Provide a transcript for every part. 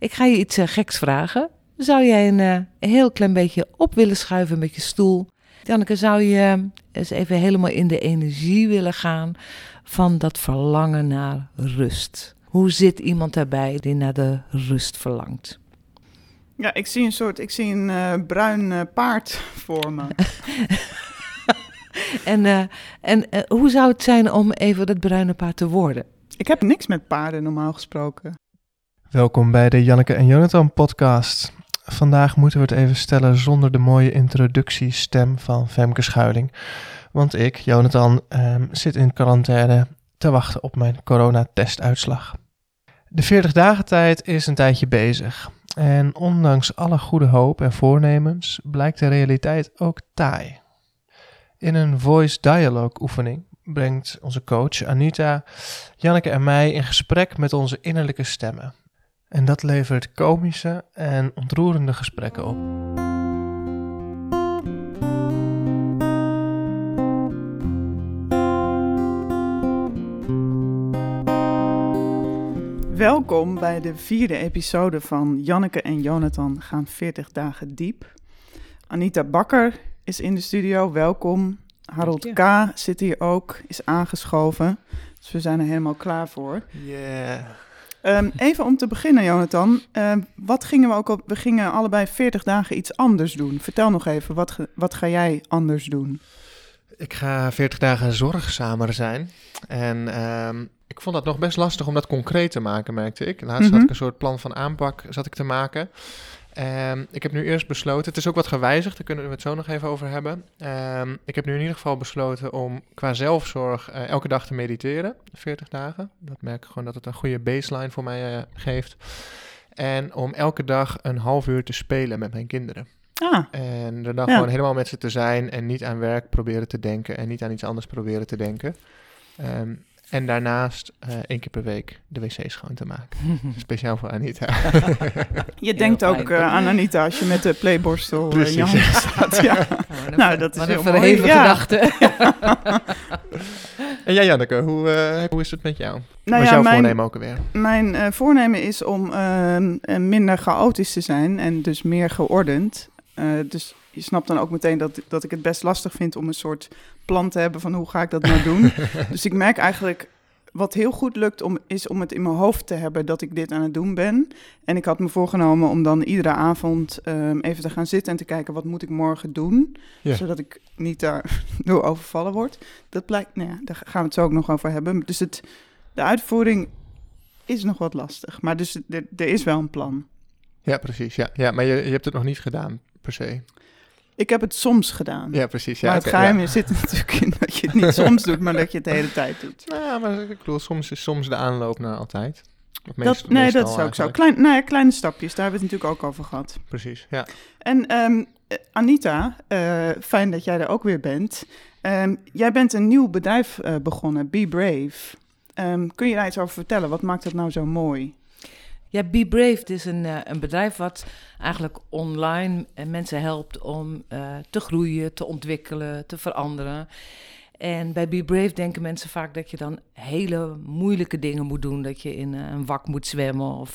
Ik ga je iets geks vragen. Zou jij een heel klein beetje op willen schuiven met je stoel? Janneke, zou je eens even helemaal in de energie willen gaan van dat verlangen naar rust? Hoe zit iemand daarbij die naar de rust verlangt? Ja, ik zie een bruin paard voor me. En hoe zou het zijn om even dat bruine paard te worden? Ik heb niks met paarden normaal gesproken. Welkom bij de Janneke en Jonathan podcast. Vandaag moeten we het even stellen zonder de mooie introductiestem van Femke Schuiling. Want ik, Jonathan, zit in quarantaine te wachten op mijn coronatestuitslag. De 40 dagen tijd is een tijdje bezig. En ondanks alle goede hoop en voornemens blijkt de realiteit ook taai. In een voice dialogue oefening brengt onze coach Anita, Janneke en mij in gesprek met onze innerlijke stemmen. En dat levert komische en ontroerende gesprekken op. Welkom bij de 4e episode van Janneke en Jonathan gaan 40 dagen diep. Anita Bakker is in de studio, welkom. Harold K. zit hier ook, is aangeschoven. Dus we zijn er helemaal klaar voor. Yeah. Even om te beginnen, Jonathan. Wat gingen we ook op? We gingen allebei 40 dagen iets anders doen. Vertel nog even, wat ga jij anders doen? Ik ga 40 dagen zorgzamer zijn. En ik vond dat nog best lastig om dat concreet te maken, merkte ik. Laatst had ik een soort plan van aanpak te maken. Ik heb nu eerst besloten, het is ook wat gewijzigd, daar kunnen we het zo nog even over hebben. Ik heb nu in ieder geval besloten om qua zelfzorg elke dag te mediteren, 40 dagen. Dat merk ik gewoon dat het een goede baseline voor mij geeft. En om elke dag een half uur te spelen met mijn kinderen. En er dan gewoon helemaal met ze te zijn en niet aan werk proberen te denken en niet aan iets anders proberen te denken. En daarnaast 1 keer per week de wc's schoon te maken. Speciaal voor Anita. Je denkt ook aan Anita als je met de playborstel in je handen staat. Ja. Nou, dat is heel mooi. Een verheven gedachte. En jij, Janneke, hoe is het met jou? Nou Wat is jouw voornemen ook alweer? Mijn voornemen is om minder chaotisch te zijn en dus meer geordend. Dus je snapt dan ook meteen dat ik het best lastig vind om een soort plan te hebben van hoe ga ik dat nou doen. Dus ik merk eigenlijk, wat heel goed lukt is om het in mijn hoofd te hebben dat ik dit aan het doen ben. En ik had me voorgenomen om dan iedere avond even te gaan zitten en te kijken wat moet ik morgen doen. Yeah. Zodat ik niet daardoor overvallen word. Dat blijkt, nou ja, daar gaan we het zo ook nog over hebben. Dus de uitvoering is nog wat lastig. Maar dus er is wel een plan. Ja, precies. Ja, maar je hebt het nog niet gedaan, per se. Ik heb het soms gedaan. Ja, precies. Ja, maar het geheim zit natuurlijk in dat je het niet soms doet, maar dat je het de hele tijd doet. Nou, maar ik bedoel, soms is de aanloop naar altijd. Dat is ook zo. Kleine stapjes, daar hebben we het natuurlijk ook over gehad. Precies, ja. En Anita, fijn dat jij er ook weer bent. Jij bent een nieuw bedrijf begonnen, Be Brave. Kun je daar iets over vertellen? Wat maakt dat nou zo mooi? Ja, Be Brave is een bedrijf wat eigenlijk online mensen helpt om te groeien, te ontwikkelen, te veranderen. En bij Be Brave denken mensen vaak dat je dan hele moeilijke dingen moet doen. Dat je in een wak moet zwemmen of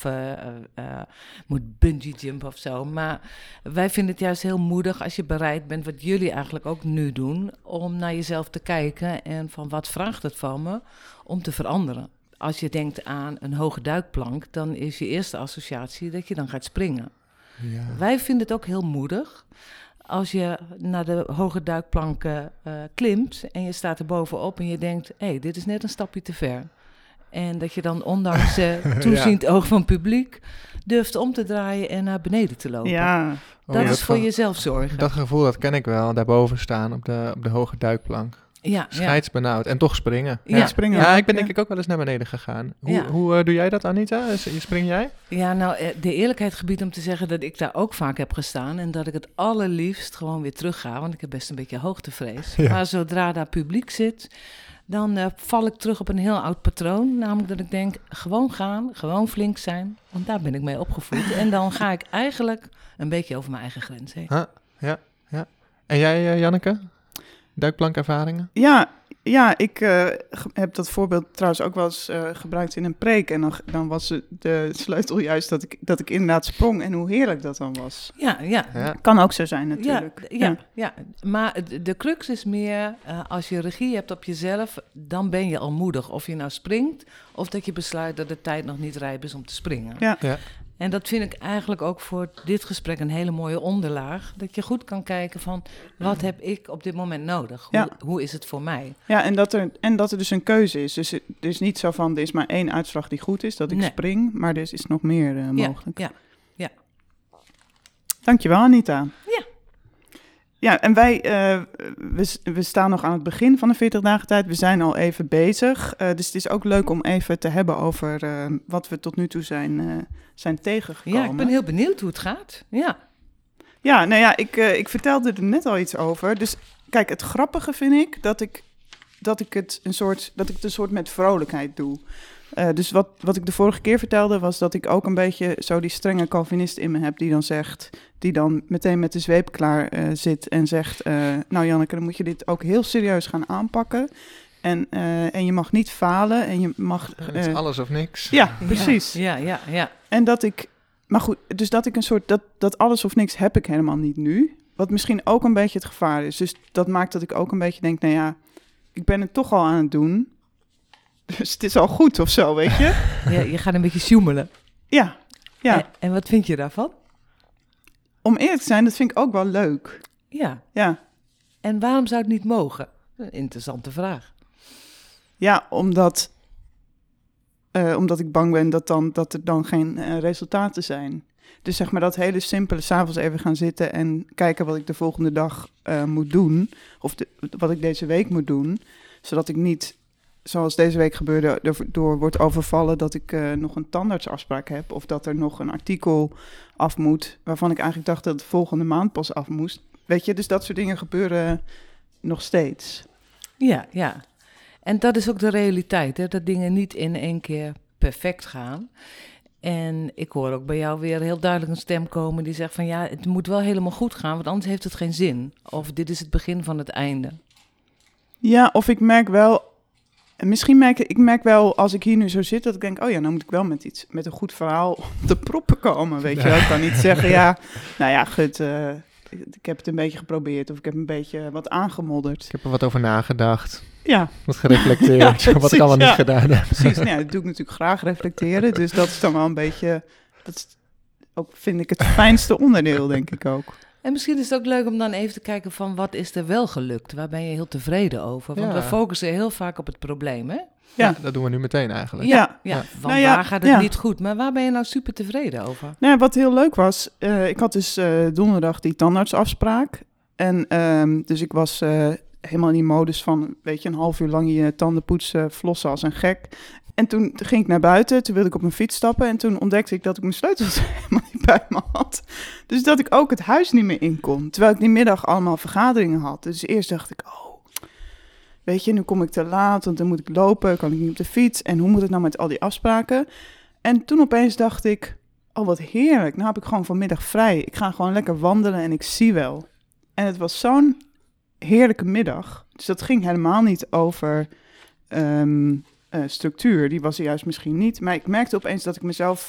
moet bungee jumpen of zo. Maar wij vinden het juist heel moedig als je bereid bent, wat jullie eigenlijk ook nu doen, om naar jezelf te kijken en van wat vraagt het van me om te veranderen. Als je denkt aan een hoge duikplank, dan is je eerste associatie dat je dan gaat springen. Ja. Wij vinden het ook heel moedig als je naar de hoge duikplank klimt en je staat er bovenop en je denkt, hé, dit is net een stapje te ver. En dat je dan ondanks toeziend oog van het publiek durft om te draaien en naar beneden te lopen. Ja. Dat is voor jezelf zorgen. Dat gevoel, dat ken ik wel, daarboven staan op de hoge duikplank. Ja, scheidsbenauwd. En toch springen. Ja, ik ben denk ik ook wel eens naar beneden gegaan. Hoe doe jij dat, Anita? Spring jij? Ja, nou, de eerlijkheid gebiedt om te zeggen dat ik daar ook vaak heb gestaan. En dat ik het allerliefst gewoon weer terug ga. Want ik heb best een beetje hoogtevrees. Ja. Maar zodra daar publiek zit, dan val ik terug op een heel oud patroon. Namelijk dat ik denk, gewoon gaan, gewoon flink zijn. Want daar ben ik mee opgevoed. En dan ga ik eigenlijk een beetje over mijn eigen grens heen. Ja. En jij, Janneke? Duikplankervaringen? Ja, Ja, ik heb dat voorbeeld trouwens ook wel eens gebruikt in een preek. En dan was de sleutel juist dat ik inderdaad sprong en hoe heerlijk dat dan was. Ja. Kan ook zo zijn natuurlijk. Ja. Maar de crux is meer, als je regie hebt op jezelf, dan ben je al moedig. Of je nou springt, of dat je besluit dat de tijd nog niet rijp is om te springen. Ja. En dat vind ik eigenlijk ook voor dit gesprek een hele mooie onderlaag. Dat je goed kan kijken van, wat heb ik op dit moment nodig? Hoe is het voor mij? Ja, en dat er dus een keuze is. Dus het is niet zo van, er is maar 1 uitslag die goed is, dat ik spring. Maar er is nog meer mogelijk. Ja. Dankjewel, Anita. Ja. Ja, en wij we staan nog aan het begin van de 40 dagen tijd. We zijn al even bezig. Dus het is ook leuk om even te hebben over wat we tot nu toe zijn tegengekomen. Ja, ik ben heel benieuwd hoe het gaat. Ja, nou ja, ik vertelde er net al iets over. Dus kijk, het grappige vind ik dat ik het een soort met vrolijkheid doe. Dus wat ik de vorige keer vertelde was dat ik ook een beetje zo die strenge Calvinist in me heb die dan meteen met de zweep klaar zit en zegt, nou Janneke, dan moet je dit ook heel serieus gaan aanpakken. En je mag niet falen en je mag... Het is alles of niks. Ja, precies. Ja. En maar goed, dus dat ik een soort, dat alles of niks heb ik helemaal niet nu. Wat misschien ook een beetje het gevaar is. Dus dat maakt dat ik ook een beetje denk, nou ja, ik ben het toch al aan het doen. Dus het is al goed of zo, weet je? Ja, je gaat een beetje sjoemelen. Ja. En wat vind je daarvan? Om eerlijk te zijn, dat vind ik ook wel leuk. Ja. En waarom zou het niet mogen? Een interessante vraag. Ja, omdat ik bang ben dat er dan geen resultaten zijn. Dus zeg maar dat hele simpele, 's avonds even gaan zitten en kijken wat ik de volgende dag moet doen. Of wat ik deze week moet doen. Zodat ik niet, zoals deze week gebeurde, door wordt overvallen dat ik nog een tandartsafspraak heb. Of dat er nog een artikel af moet, waarvan ik eigenlijk dacht dat het volgende maand pas af moest. Weet je, dus dat soort dingen gebeuren nog steeds. Ja. En dat is ook de realiteit, hè? Dat dingen niet in één keer perfect gaan. En ik hoor ook bij jou weer heel duidelijk een stem komen die zegt van ja, het moet wel helemaal goed gaan, want anders heeft het geen zin. Of dit is het begin van het einde. Ja, of ik merk wel, ik merk wel als ik hier nu zo zit, dat ik denk, oh ja, nou moet ik wel met een goed verhaal op de proppen komen, weet je wel. Ik kan niet zeggen, nou ja, goed, ik heb het een beetje geprobeerd of ik heb een beetje wat aangemodderd. Ik heb er wat over nagedacht. Ja. Wat gereflecteerd, wat ik allemaal niet gedaan heb. Precies, nou ja, dat doe ik natuurlijk graag reflecteren. Dus dat is dan wel een beetje, dat is ook, vind ik, het fijnste onderdeel, denk ik ook. En misschien is het ook leuk om dan even te kijken van wat is er wel gelukt? Waar ben je heel tevreden over? Want we focussen heel vaak op het probleem, hè? Ja, dat doen we nu meteen eigenlijk. Ja. Want waar gaat het niet goed? Maar waar ben je nou super tevreden over? Nou, wat heel leuk was, ik had dus donderdag die tandartsafspraak. En dus ik was helemaal in die modus van, weet je, een half uur lang je tanden poetsen, flossen als een gek. En toen ging ik naar buiten, toen wilde ik op mijn fiets stappen en toen ontdekte ik dat ik mijn sleutels helemaal niet bij me had. Dus dat ik ook het huis niet meer in kon, terwijl ik die middag allemaal vergaderingen had. Dus eerst dacht ik, weet je, nu kom ik te laat, want dan moet ik lopen, kan ik niet op de fiets. En hoe moet het nou met al die afspraken? En toen opeens dacht ik, wat heerlijk, nou heb ik gewoon vanmiddag vrij. Ik ga gewoon lekker wandelen en ik zie wel. En het was zo'n heerlijke middag. Dus dat ging helemaal niet over structuur, die was er juist misschien niet. Maar ik merkte opeens dat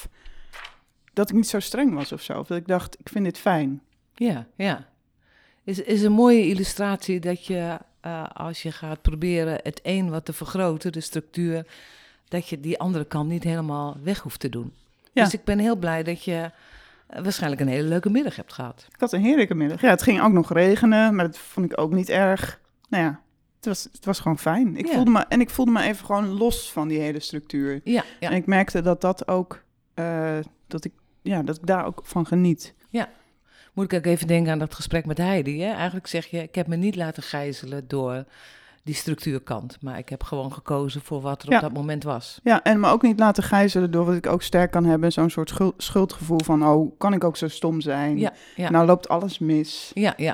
ik niet zo streng was of zo. Of dat ik dacht, ik vind dit fijn. Ja. Is een mooie illustratie dat je, als je gaat proberen het een wat te vergroten, de structuur, dat je die andere kant niet helemaal weg hoeft te doen. Ja. Dus ik ben heel blij dat je waarschijnlijk een hele leuke middag hebt gehad. Ik had een heerlijke middag. Ja, het ging ook nog regenen, maar dat vond ik ook niet erg. Nou ja, het was gewoon fijn. Ik voelde me even gewoon los van die hele structuur. Ja. En ik merkte dat ook, dat ik daar ook van geniet. Ja. Moet ik ook even denken aan dat gesprek met Heidi. Hè? Eigenlijk zeg je, ik heb me niet laten gijzelen door die structuurkant. Maar ik heb gewoon gekozen voor wat er op dat moment was. Ja, en me ook niet laten gijzelen door wat ik ook sterk kan hebben. Zo'n soort schuldgevoel van, kan ik ook zo stom zijn? Ja. Nou loopt alles mis. Ja.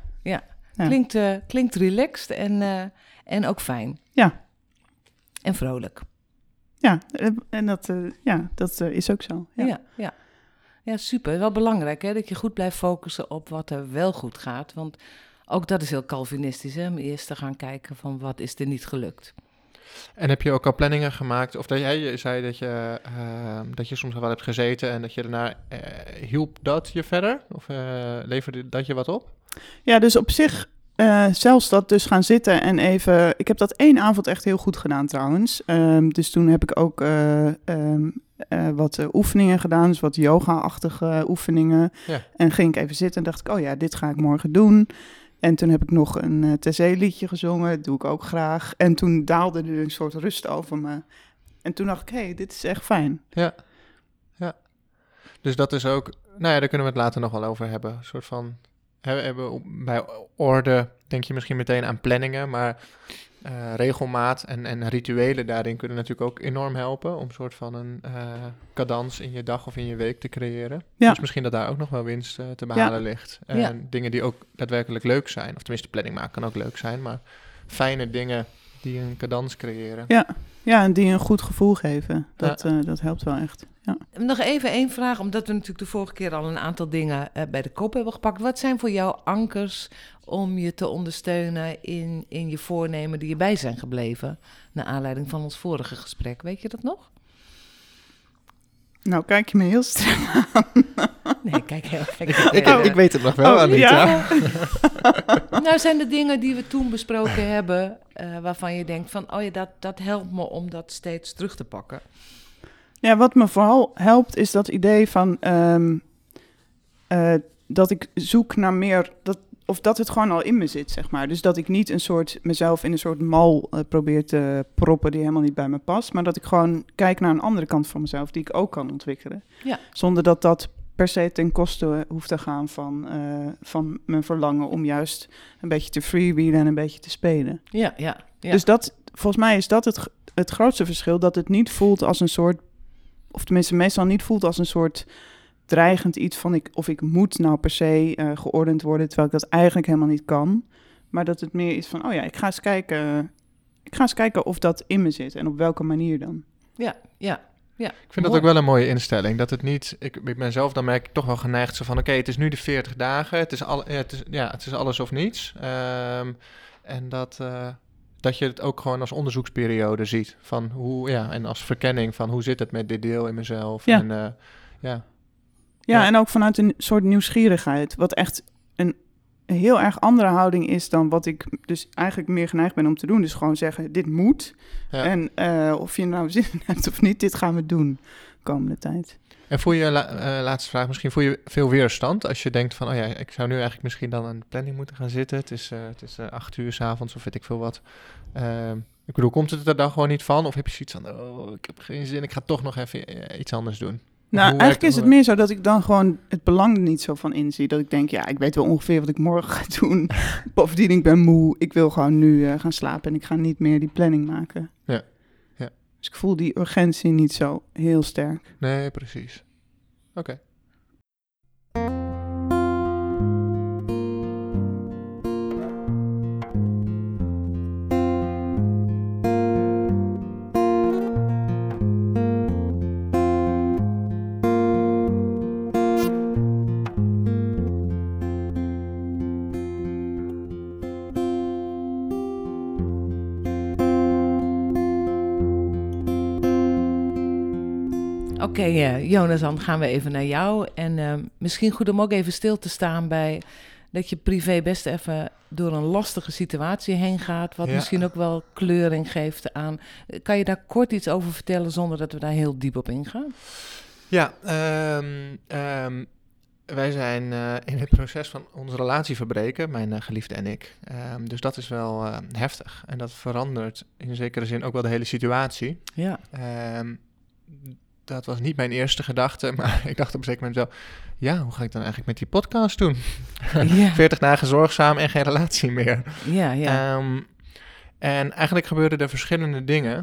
Klinkt relaxed en ook fijn. Ja. En vrolijk. Ja, en dat is ook zo. Ja, super. Wel belangrijk hè, dat je goed blijft focussen op wat er wel goed gaat. Want Ook dat is heel Calvinistisch, hè? Om eerst te gaan kijken van wat is er niet gelukt. En heb je ook al planningen gemaakt? Of dat jij zei dat je soms wel hebt gezeten en dat je daarna hielp dat je verder? Of leverde dat je wat op? Ja, dus op zich zelfs dat dus gaan zitten en even... Ik heb dat 1 avond echt heel goed gedaan trouwens. Dus toen heb ik ook wat oefeningen gedaan, dus wat yoga-achtige oefeningen. Ja. En ging ik even zitten en dacht ik, oh ja, dit ga ik morgen doen. En toen heb ik nog een TC-liedje gezongen, dat doe ik ook graag. En toen daalde er een soort rust over me. En toen dacht ik, hé, dit is echt fijn. Ja. Dus dat is ook... Nou ja, daar kunnen we het later nog wel over hebben. Een soort van... Bij orde denk je misschien meteen aan planningen, maar regelmaat en rituelen daarin kunnen natuurlijk ook enorm helpen om een soort van een cadans in je dag of in je week te creëren. Ja. Dus misschien dat daar ook nog wel winst te behalen ligt. En dingen die ook daadwerkelijk leuk zijn, of tenminste planning maken kan ook leuk zijn, maar fijne dingen die een cadans creëren. Ja, en die een goed gevoel geven. Dat helpt wel echt. Ja. Nog even 1 vraag, omdat we natuurlijk de vorige keer al een aantal dingen bij de kop hebben gepakt. Wat zijn voor jou ankers om je te ondersteunen in je voornemen die je bij zijn gebleven? Naar aanleiding van ons vorige gesprek. Weet je dat nog? Nou, kijk je me heel streng aan. Nee, kijk heel gek. Ik weet het nog wel, Anita. Ja? Nou, zijn de dingen die we toen besproken hebben, waarvan je denkt van, oh ja, dat helpt me om dat steeds terug te pakken. Ja, wat me vooral helpt is dat idee van dat ik zoek naar meer, of dat het gewoon al in me zit, zeg maar. Dus dat ik niet mezelf in een soort mal probeer te proppen die helemaal niet bij me past, maar dat ik gewoon kijk naar een andere kant van mezelf die ik ook kan ontwikkelen. Ja. Zonder dat dat per se ten koste hoeft te gaan van mijn verlangen om juist een beetje te freewheelen en een beetje te spelen. Ja. Dus volgens mij is dat het grootste verschil, dat het niet voelt als een soort, of tenminste meestal niet voelt als een soort dreigend iets van ik moet nou per se geordend worden, terwijl ik dat eigenlijk helemaal niet kan. Maar dat het meer is van, oh ja, ik ga eens kijken of dat in me zit en op welke manier dan. Ja. Ik vind dat ook wel een mooie instelling. Dat het niet, ik ben zelf, dan merk ik toch wel geneigd zo van, oké, het is nu de 40 dagen, het is alles of niets. En dat je het ook gewoon als onderzoeksperiode ziet. Van en als verkenning van hoe zit het met dit deel in mezelf. Ja. En ook vanuit een soort nieuwsgierigheid. Wat echt een heel erg andere houding is dan wat ik dus eigenlijk meer geneigd ben om te doen. Dus gewoon zeggen, dit moet. Ja. En of je nou zin hebt of niet, dit gaan we doen de komende tijd. En voel je, laatste vraag, misschien voel je veel weerstand als je denkt van, ik zou nu eigenlijk misschien dan aan de planning moeten gaan zitten. Het is 8 uur 's avonds of weet ik veel wat. Ik bedoel, komt het er dan gewoon niet van? Of heb je zoiets van, ik heb geen zin, ik ga toch nog even iets anders doen? Nou, eigenlijk is het meer zo dat ik dan gewoon het belang er niet zo van inzie. Dat ik denk, ik weet wel ongeveer wat ik morgen ga doen. Bovendien, ik ben moe. Ik wil gewoon nu gaan slapen en ik ga niet meer die planning maken. Ja. Dus ik voel die urgentie niet zo heel sterk. Nee, precies. Oké. Oké, Jonas, dan gaan we even naar jou. En misschien goed om ook even stil te staan bij dat je privé best even door een lastige situatie heen gaat, wat misschien ook wel kleuring geeft aan. Kan je daar kort iets over vertellen zonder dat we daar heel diep op ingaan? Ja, wij zijn in het proces van onze relatie verbreken, mijn geliefde en ik. Dus dat is wel heftig en dat verandert in zekere zin ook wel de hele situatie. Ja. Dat was niet mijn eerste gedachte, maar ik dacht op een zeker moment wel, hoe ga ik dan eigenlijk met die podcast doen? Ja. 40 dagen zorgzaam en geen relatie meer. Ja. En eigenlijk gebeurden er verschillende dingen.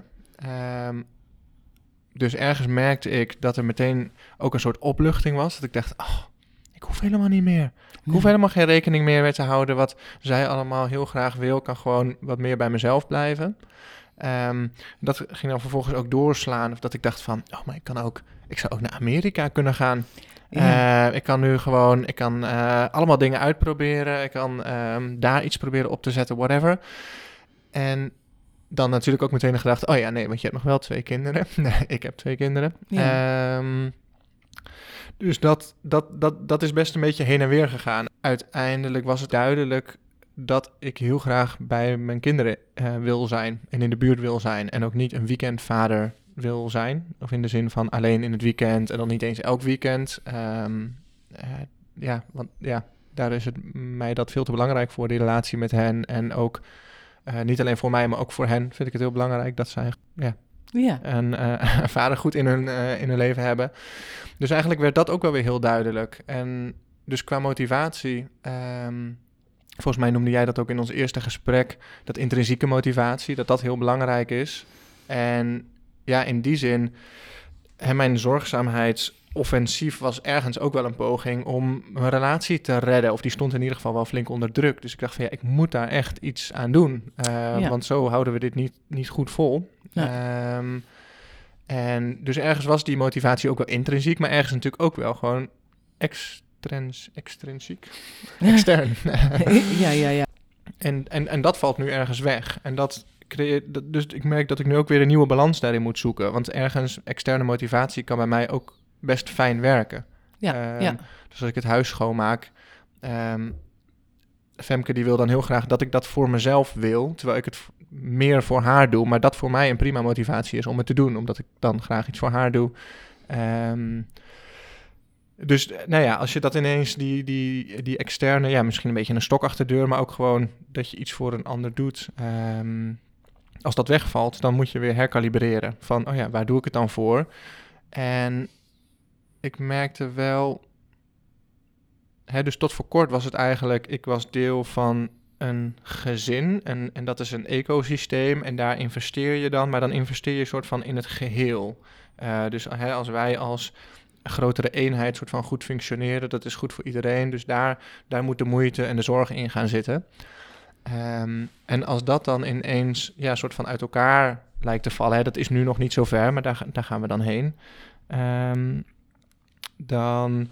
Dus ergens merkte ik dat er meteen ook een soort opluchting was. Dat ik dacht, ik hoef helemaal niet meer. Ik hoef helemaal geen rekening meer mee te houden. Wat zij allemaal heel graag wil, kan gewoon wat meer bij mezelf blijven. Dat ging dan vervolgens ook doorslaan. Of dat ik dacht van, maar ik zou ook naar Amerika kunnen gaan. Ja. Ik kan nu gewoon, allemaal dingen uitproberen. Ik kan daar iets proberen op te zetten, whatever. En dan natuurlijk ook meteen de gedachte, oh ja, nee, want je hebt nog wel 2 kinderen. Nee, ik heb 2 kinderen. Ja. Dus dat is best een beetje heen en weer gegaan. Uiteindelijk was het duidelijk dat ik heel graag bij mijn kinderen wil zijn en in de buurt wil zijn. En ook niet een weekendvader wil zijn. Of in de zin van alleen in het weekend en dan niet eens elk weekend. Want daar is het mij dat veel te belangrijk voor, die relatie met hen. En ook niet alleen voor mij, maar ook voor hen vind ik het heel belangrijk dat zij een vader goed in hun leven hebben. Dus eigenlijk werd dat ook wel weer heel duidelijk. En dus qua motivatie, volgens mij noemde jij dat ook in ons eerste gesprek, dat intrinsieke motivatie, dat heel belangrijk is. En ja, in die zin, mijn zorgzaamheidsoffensief was ergens ook wel een poging om mijn relatie te redden. Of die stond in ieder geval wel flink onder druk. Dus ik dacht van ik moet daar echt iets aan doen. Want zo houden we dit niet goed vol. Ja. En dus ergens was die motivatie ook wel intrinsiek, maar ergens natuurlijk ook wel gewoon extern. Ja. En dat valt nu ergens weg. En dus ik merk dat ik nu ook weer een nieuwe balans daarin moet zoeken. Want ergens externe motivatie kan bij mij ook best fijn werken. Ja. Dus als ik het huis schoonmaak, Femke die wil dan heel graag dat ik dat voor mezelf wil, terwijl ik het meer voor haar doe, maar dat voor mij een prima motivatie is om het te doen, omdat ik dan graag iets voor haar doe. Dus als je dat ineens, die externe, misschien een beetje een stok achter de deur, maar ook gewoon dat je iets voor een ander doet. Als dat wegvalt, dan moet je weer herkalibreren van, waar doe ik het dan voor? En ik merkte wel, dus tot voor kort was het eigenlijk, ik was deel van een gezin en dat is een ecosysteem en daar investeer je dan, maar dan investeer je soort van in het geheel. Dus als wij als grotere eenheid soort van goed functioneren, dat is goed voor iedereen, dus daar moet de moeite en de zorg in gaan zitten. En als dat dan ineens soort van uit elkaar lijkt te vallen, dat is nu nog niet zo ver, maar daar gaan we dan heen. Dan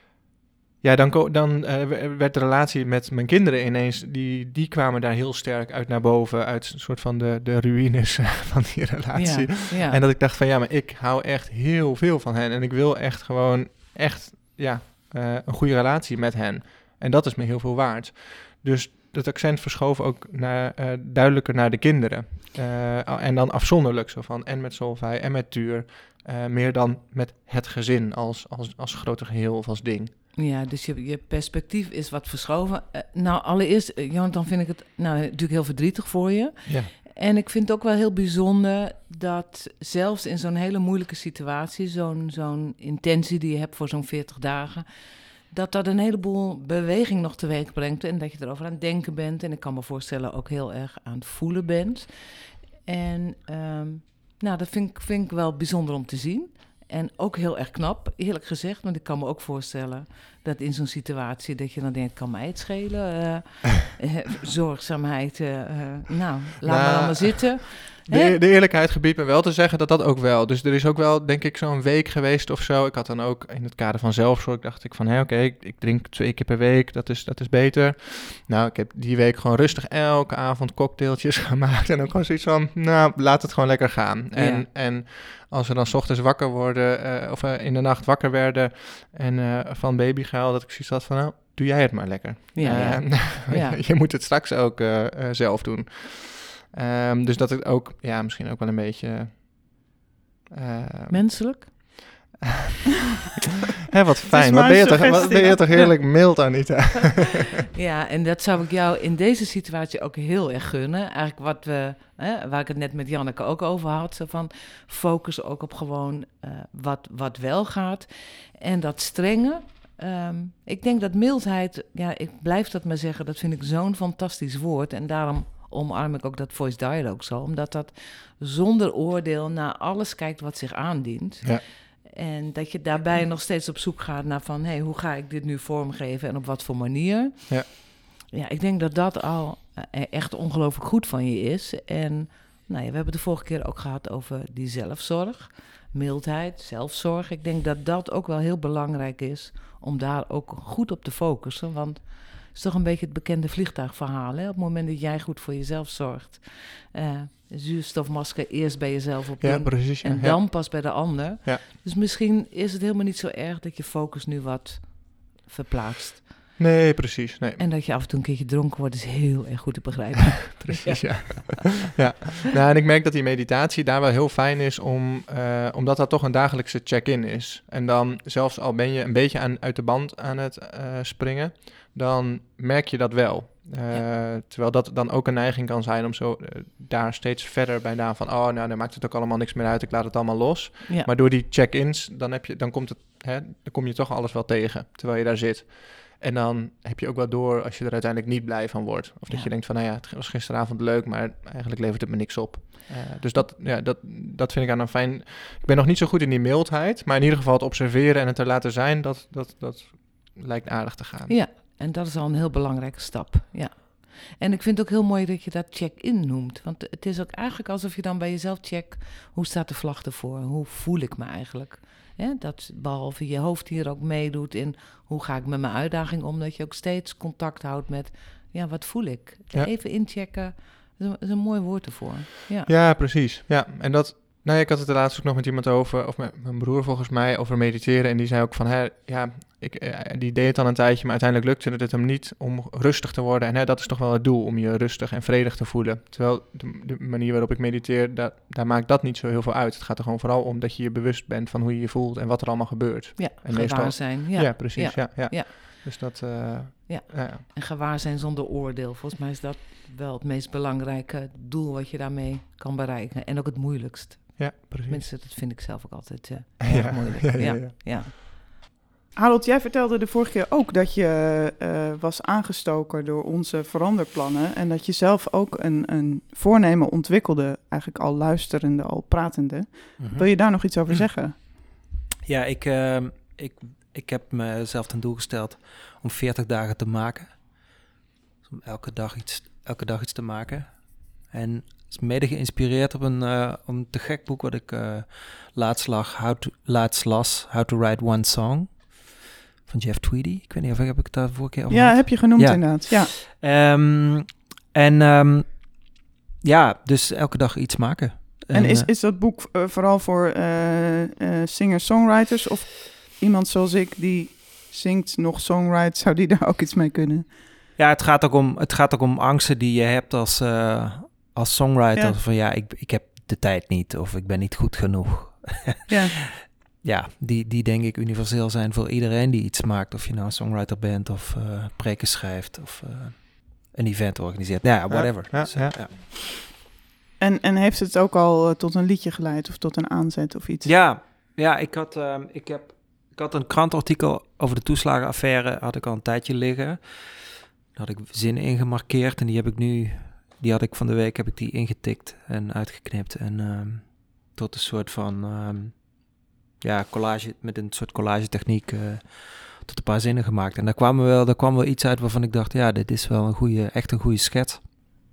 werd de relatie met mijn kinderen ineens, die kwamen daar heel sterk uit naar boven, uit een soort van de ruïnes van die relatie. Ja. En dat ik dacht van maar ik hou echt heel veel van hen en ik wil echt gewoon een goede relatie met hen. En dat is me heel veel waard. Dus het accent verschoof ook duidelijker naar de kinderen. En dan afzonderlijk, zo van en met Solveig en met Tuur. Meer dan met het gezin als groter geheel of als ding. Ja, dus je perspectief is wat verschoven. Allereerst, dan vind ik het natuurlijk heel verdrietig voor je. Ja. En ik vind het ook wel heel bijzonder dat zelfs in zo'n hele moeilijke situatie, zo'n intentie die je hebt voor zo'n 40 dagen, dat een heleboel beweging nog teweeg brengt en dat je erover aan het denken bent. En ik kan me voorstellen ook heel erg aan het voelen bent. En dat vind ik wel bijzonder om te zien. En ook heel erg knap, eerlijk gezegd. Want ik kan me ook voorstellen dat in zo'n situatie dat je dan denkt, kan mij het schelen? Zorgzaamheid, laat maar allemaal zitten. De eerlijkheid gebiedt me wel te zeggen dat ook wel. Dus er is ook wel, denk ik, zo'n week geweest of zo. Ik had dan ook in het kader van zelfzorg, dacht ik van, ik drink 2 keer per week, dat is beter. Nou, ik heb die week gewoon rustig elke avond cocktailtjes gemaakt. En ook gewoon zoiets van, laat het gewoon lekker gaan. En als we dan 's ochtends wakker worden, of in de nacht wakker werden en van babygehuil, dat ik zoiets had van, doe jij het maar lekker. Ja. Je moet het straks ook zelf doen. Dus dat het ook, misschien ook wel een beetje menselijk? Wat fijn. Wat ben je toch heerlijk mild, Anita. Ja, en dat zou ik jou in deze situatie ook heel erg gunnen. Eigenlijk waar ik het net met Janneke ook over had. Zo van focus ook op gewoon wat wel gaat. En dat strenge. Ik denk dat mildheid, ik blijf dat maar zeggen, dat vind ik zo'n fantastisch woord. En daarom omarm ik ook dat voice dialogue zo. Omdat dat zonder oordeel naar alles kijkt wat zich aandient. Ja. En dat je daarbij nog steeds op zoek gaat naar van, hoe ga ik dit nu vormgeven en op wat voor manier? Ja, ik denk dat al echt ongelooflijk goed van je is. En we hebben het de vorige keer ook gehad over die zelfzorg. mildheid, zelfzorg. Ik denk dat dat ook wel heel belangrijk is om daar ook goed op te focussen. Want het is toch een beetje het bekende vliegtuigverhaal. Hè? Op het moment dat jij goed voor jezelf zorgt, zuurstofmasker eerst bij jezelf op doen precies, en dan pas bij de ander. Ja. Dus misschien is het helemaal niet zo erg dat je focus nu wat verplaatst. Nee, precies. Nee. En dat je af en toe een keertje dronken wordt is heel erg goed te begrijpen. Precies, ja. Ja. Nou, en ik merk dat die meditatie daar wel heel fijn is omdat dat toch een dagelijkse check-in is. En dan, zelfs al ben je een beetje uit de band aan het springen, dan merk je dat wel. Terwijl dat dan ook een neiging kan zijn om zo daar steeds verder bij van, dan maakt het ook allemaal niks meer uit, ik laat het allemaal los. Ja. Maar door die check-ins, dan kom je toch alles wel tegen, terwijl je daar zit. En dan heb je ook wel door als je er uiteindelijk niet blij van wordt. Of dat je denkt van, het was gisteravond leuk, maar eigenlijk levert het me niks op. Dus dat vind ik aan dan fijn. Ik ben nog niet zo goed in die mildheid, maar in ieder geval het observeren en het er laten zijn, dat lijkt aardig te gaan. Ja, en dat is al een heel belangrijke stap, ja. En ik vind het ook heel mooi dat je dat check-in noemt. Want het is ook eigenlijk alsof je dan bij jezelf checkt, hoe staat de vlag ervoor? Hoe voel ik me eigenlijk? Dat behalve je hoofd hier ook meedoet in hoe ga ik met mijn uitdaging om, dat je ook steeds contact houdt met, wat voel ik? Ja. Even inchecken, dat is een mooi woord ervoor. Ja, precies. Ja, en ik had het er laatst ook nog met iemand over, of met mijn broer volgens mij, over mediteren. En die zei ook van, die deed het dan een tijdje, maar uiteindelijk lukte het hem niet om rustig te worden. En dat is toch wel het doel, om je rustig en vredig te voelen. Terwijl de manier waarop ik mediteer, daar maakt dat niet zo heel veel uit. Het gaat er gewoon vooral om dat je je bewust bent van hoe je je voelt en wat er allemaal gebeurt. Ja, en gewaar zijn. Ja, precies. Ja. Dus dat... En gewaar zijn zonder oordeel. Volgens mij is dat wel het meest belangrijke doel wat je daarmee kan bereiken. En ook het moeilijkst. Ja, precies. Mensen, dat vind ik zelf ook altijd erg moeilijk. Ja. Harold, jij vertelde de vorige keer ook dat je was aangestoken door onze veranderplannen en dat je zelf ook een voornemen ontwikkelde, eigenlijk al luisterende, al pratende. Mm-hmm. Wil je daar nog iets over zeggen? Ja, ik heb mezelf ten doel gesteld om 40 dagen te maken. Dus om elke dag iets te maken. En het is mede geïnspireerd op een te gek boek wat ik laatst las, How to Write One Song, van Jeff Tweedy. Ik weet niet of heb ik het daar vorige keer over gehad? Heb je genoemd inderdaad, ja. Dus elke dag iets maken. En is dat boek vooral voor singer-songwriters of iemand zoals ik die zingt nog songwrite, zou die daar ook iets mee kunnen? Ja, het gaat ook om angsten die je hebt als songwriter. Ja. Van ik heb de tijd niet of ik ben niet goed genoeg. Ja, die denk ik universeel zijn voor iedereen die iets maakt. Of je nou een songwriter bent of preken schrijft of een event organiseert. Ja, whatever. Ja. En heeft het ook al tot een liedje geleid of tot een aanzet of iets? Ja, ik had een krantartikel over de toeslagenaffaire, had ik al een tijdje liggen. Daar had ik zinnen ingemarkeerd en die had ik van de week ingetikt en uitgeknipt. En tot een soort van collage, met een soort collagetechniek tot een paar zinnen gemaakt. En daar kwam wel iets uit waarvan ik dacht, dit is wel echt een goede schets.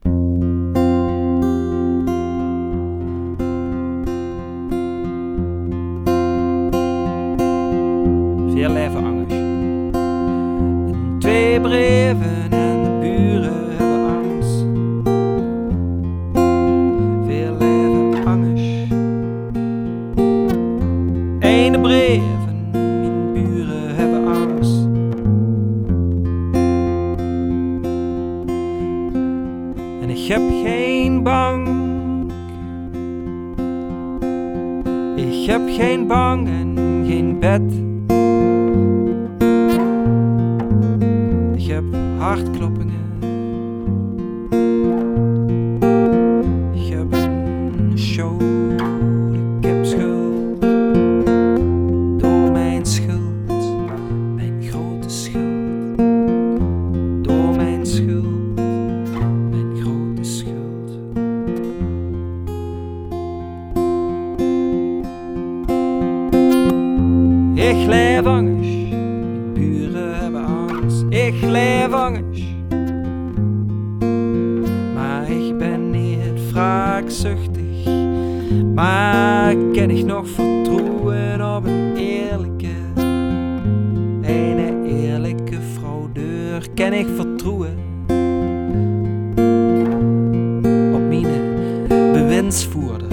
Veel leven angst. En 2 brieven en de buren hebben angst. Veel leven angst. 1 brief en mijn buren hebben angst. En ik heb geen bank. Ik heb geen bank en geen bed. Ik heb hartkloppingen. Ik heb een show. Ik heb schuld. Door mijn schuld. Mijn grote schuld. Door mijn schuld. Mijn grote schuld. Ik leef angst. Mijn buren hebben angst. Ik leef angst. Maar ik ben niet wraakzuchtig. Maar ken ik nog vertrouwen. bestuurder kan ik vertrouwen op mijn bewindsvoerder.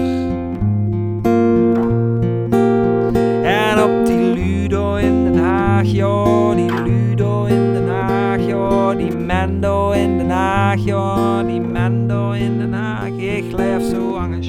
En op die Ludo in Den Haag, ja, die Ludo in Den Haag, ja, die Mendo in Den Haag, ja, die Mendo in Den Haag, ik leef zo anders.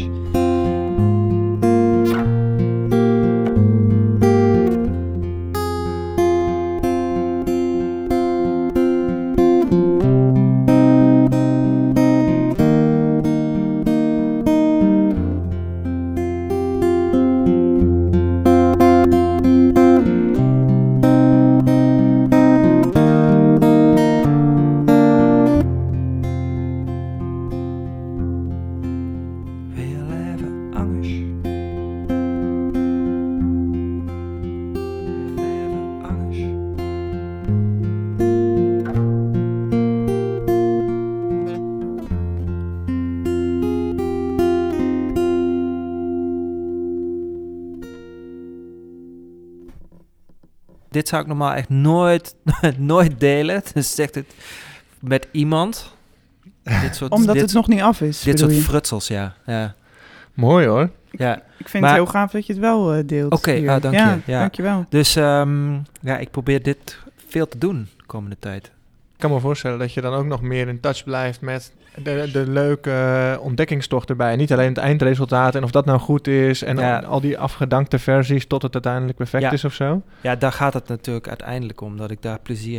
Dit zou ik normaal echt nooit delen. Dus zegt het met iemand. Omdat het nog niet af is. Dit soort frutsels, ja. Mooi hoor. Ja. Ik vind het heel gaaf dat je het wel deelt. Oké, dank je. Ja. Dankjewel. Dus ik probeer dit veel te doen de komende tijd. Ik kan me voorstellen dat je dan ook nog meer in touch blijft met de leuke ontdekkingstocht erbij. Niet alleen het eindresultaat en of dat nou goed is en al die afgedankte versies tot het uiteindelijk perfect is of zo. Ja, daar gaat het natuurlijk uiteindelijk om, dat ik daar plezier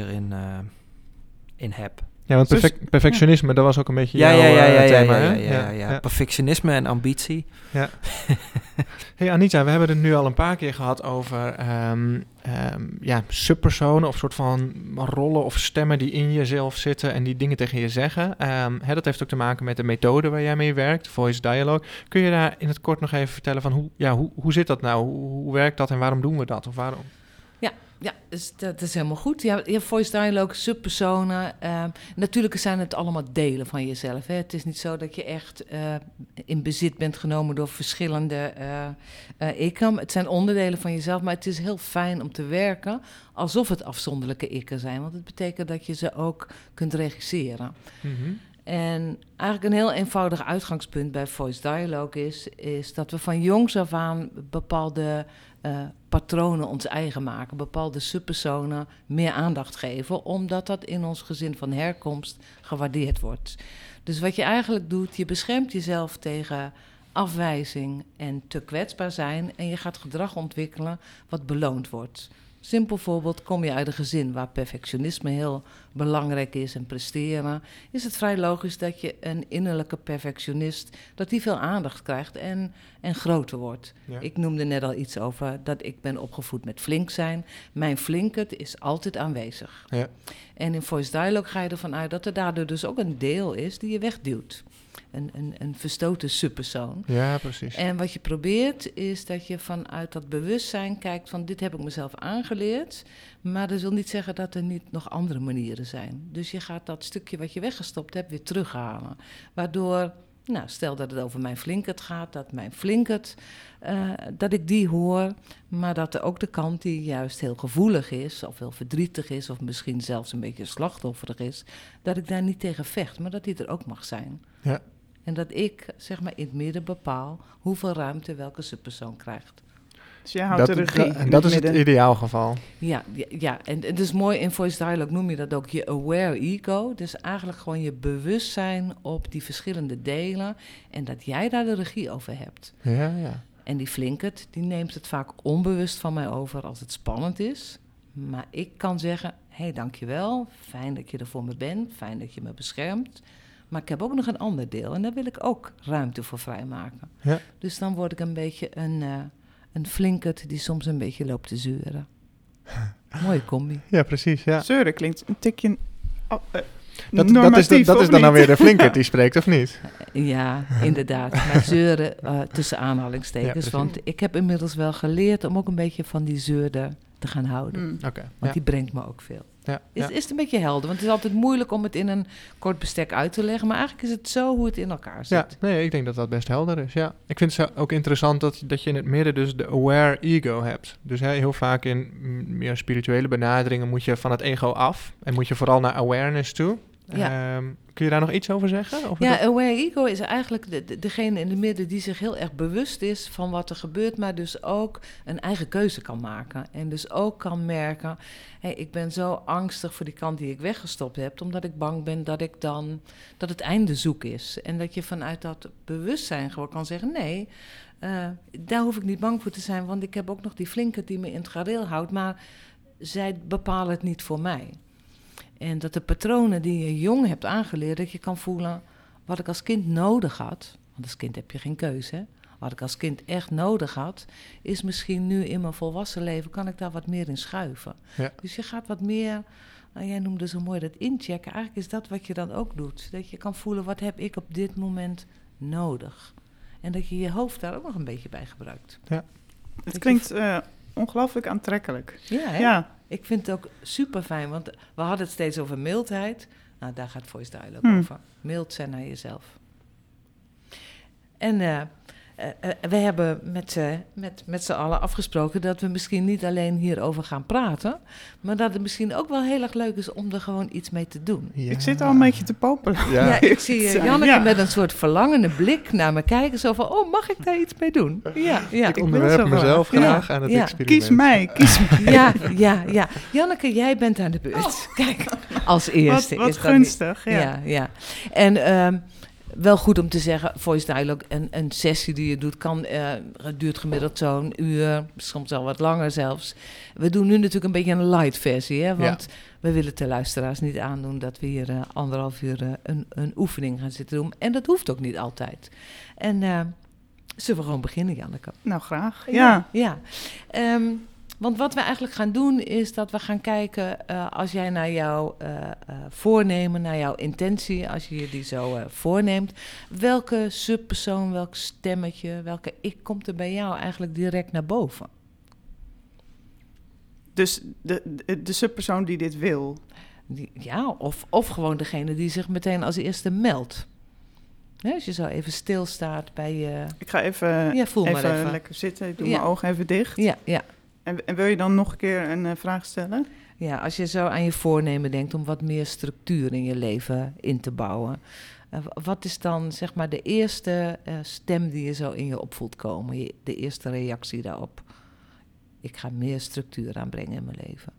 in heb. Ja, want perfectionisme, dat was ook een beetje jouw thema, hè? Ja. Perfectionisme en ambitie. Ja. Hey Anita, we hebben het nu al een paar keer gehad over subpersonen of soort van rollen of stemmen die in jezelf zitten en die dingen tegen je zeggen. Dat heeft ook te maken met de methode waar jij mee werkt, Voice Dialogue. Kun je daar in het kort nog even vertellen van hoe zit dat nou? Hoe werkt dat en waarom doen we dat? Of waarom? Ja, dus dat is helemaal goed. Je hebt voice dialogue, subpersonen. Natuurlijk zijn het allemaal delen van jezelf. Hè. Het is niet zo dat je echt in bezit bent genomen door verschillende ikken. Het zijn onderdelen van jezelf, maar het is heel fijn om te werken alsof het afzonderlijke ikken zijn. Want het betekent dat je ze ook kunt regisseren. Mm-hmm. En eigenlijk een heel eenvoudig uitgangspunt bij voice dialogue is dat we van jongs af aan bepaalde patronen ons eigen maken, bepaalde subpersonen meer aandacht geven, omdat dat in ons gezin van herkomst gewaardeerd wordt. Dus wat je eigenlijk doet, je beschermt jezelf tegen afwijzing en te kwetsbaar zijn en je gaat gedrag ontwikkelen wat beloond wordt. Simpel voorbeeld, kom je uit een gezin waar perfectionisme heel belangrijk is en presteren, is het vrij logisch dat je een innerlijke perfectionist, dat die veel aandacht krijgt en groter wordt. Ja. Ik noemde net al iets over dat ik ben opgevoed met flink zijn. Mijn flinkheid is altijd aanwezig. Ja. En in Voice Dialogue ga je ervan uit dat er daardoor dus ook een deel is die je wegduwt. Een verstoten subpersoon. Ja, precies. En wat je probeert is dat je vanuit dat bewustzijn kijkt van dit heb ik mezelf aangeleerd, maar dat wil niet zeggen dat er niet nog andere manieren zijn. Dus je gaat dat stukje wat je weggestopt hebt weer terughalen. Waardoor, stel dat het over mijn flinkheid gaat, dat mijn flinkheid, dat ik die hoor, maar dat er ook de kant die juist heel gevoelig is, of heel verdrietig is, of misschien zelfs een beetje slachtofferig is, dat ik daar niet tegen vecht, maar dat die er ook mag zijn. Ja. En dat ik, zeg maar, in het midden bepaal hoeveel ruimte welke subpersoon krijgt. Dus jij houdt de regie. En dat is het ideaalgeval. Ja, en het is mooi, in Voice Dialogue noem je dat ook je aware ego. Dus eigenlijk gewoon je bewustzijn op die verschillende delen en dat jij daar de regie over hebt. Ja. En die flinkert, die neemt het vaak onbewust van mij over als het spannend is. Maar ik kan zeggen, dankjewel, fijn dat je er voor me bent, fijn dat je me beschermt. Maar ik heb ook nog een ander deel en daar wil ik ook ruimte voor vrijmaken. Ja. Dus dan word ik een beetje een flinkert die soms een beetje loopt te zeuren. Mooie combi. Ja, precies. Ja. Zeuren klinkt een tikje dat is dan nou weer de flinkert die spreekt, of niet? Ja, inderdaad. Maar zeuren tussen aanhalingstekens. Ja, want ik heb inmiddels wel geleerd om ook een beetje van die zeurder te gaan houden. Oké. Want die brengt me ook veel. Ja, Is het een beetje helder? Want het is altijd moeilijk om het in een kort bestek uit te leggen. Maar eigenlijk is het zo hoe het in elkaar zit. Ja, nee, ik denk dat dat best helder is, ja. Ik vind het ook interessant dat je in het midden dus de aware ego hebt. Dus heel vaak in meer spirituele benaderingen moet je van het ego af. En moet je vooral naar awareness toe. Ja. Kun je daar nog iets over zeggen? Aware ego is eigenlijk degene in het midden die zich heel erg bewust is van wat er gebeurt, maar dus ook een eigen keuze kan maken. En dus ook kan merken, ik ben zo angstig voor die kant die ik weggestopt heb, omdat ik bang ben dat het einde zoek is. En dat je vanuit dat bewustzijn gewoon kan zeggen, nee, daar hoef ik niet bang voor te zijn, want ik heb ook nog die flinke die me in het gareel houdt, maar zij bepalen het niet voor mij. En dat de patronen die je jong hebt aangeleerd, dat je kan voelen wat ik als kind nodig had. Want als kind heb je geen keuze. Hè? Wat ik als kind echt nodig had, is misschien nu in mijn volwassen leven, kan ik daar wat meer in schuiven. Ja. Dus je gaat wat meer, jij noemde zo mooi dat inchecken. Eigenlijk is dat wat je dan ook doet. Dat je kan voelen, wat heb ik op dit moment nodig? En dat je je hoofd daar ook nog een beetje bij gebruikt. Ja. Het klinkt ongelooflijk aantrekkelijk. Ja, hè? Ja. Ik vind het ook super fijn, want we hadden het steeds over mildheid. Nou, daar gaat Voice Dialogue over. Mild zijn naar jezelf. En we hebben met z'n allen afgesproken dat we misschien niet alleen hierover gaan praten, maar dat het misschien ook wel heel erg leuk is om er gewoon iets mee te doen. Ja. Ik zit al een beetje te popelen. Ja, ik zie Janneke met een soort verlangende blik naar me kijken, zo van, oh, mag ik daar iets mee doen? Ja. Ik onderwerp mezelf graag aan het experiment. Kies mij. Ja. Janneke, jij bent aan de beurt. Kijk, als eerste. Wat gunstig, ja. En wel goed om te zeggen, Voice Dialogue, een sessie die je doet, het duurt gemiddeld zo'n uur, soms wel wat langer zelfs. We doen nu natuurlijk een beetje een light versie, hè, want we willen de luisteraars niet aandoen dat we hier 1,5 uur een oefening gaan zitten doen. En dat hoeft ook niet altijd. En zullen we gewoon beginnen, Janneke? Nou, graag. Ja. Want wat we eigenlijk gaan doen is dat we gaan kijken, als jij naar jouw voornemen, naar jouw intentie, als je je die zo voorneemt, welke subpersoon, welk stemmetje, welke ik komt er bij jou eigenlijk direct naar boven? Dus de subpersoon die dit wil? Of gewoon degene die zich meteen als eerste meldt. Ja, als je zo even stilstaat bij je... Ik ga even lekker zitten, ik doe mijn ogen even dicht. Ja. En wil je dan nog een keer een vraag stellen? Ja, als je zo aan je voornemen denkt om wat meer structuur in je leven in te bouwen. Wat is dan zeg maar de eerste stem die je zo in je op voelt komen? De eerste reactie daarop? Ik ga meer structuur aanbrengen in mijn leven.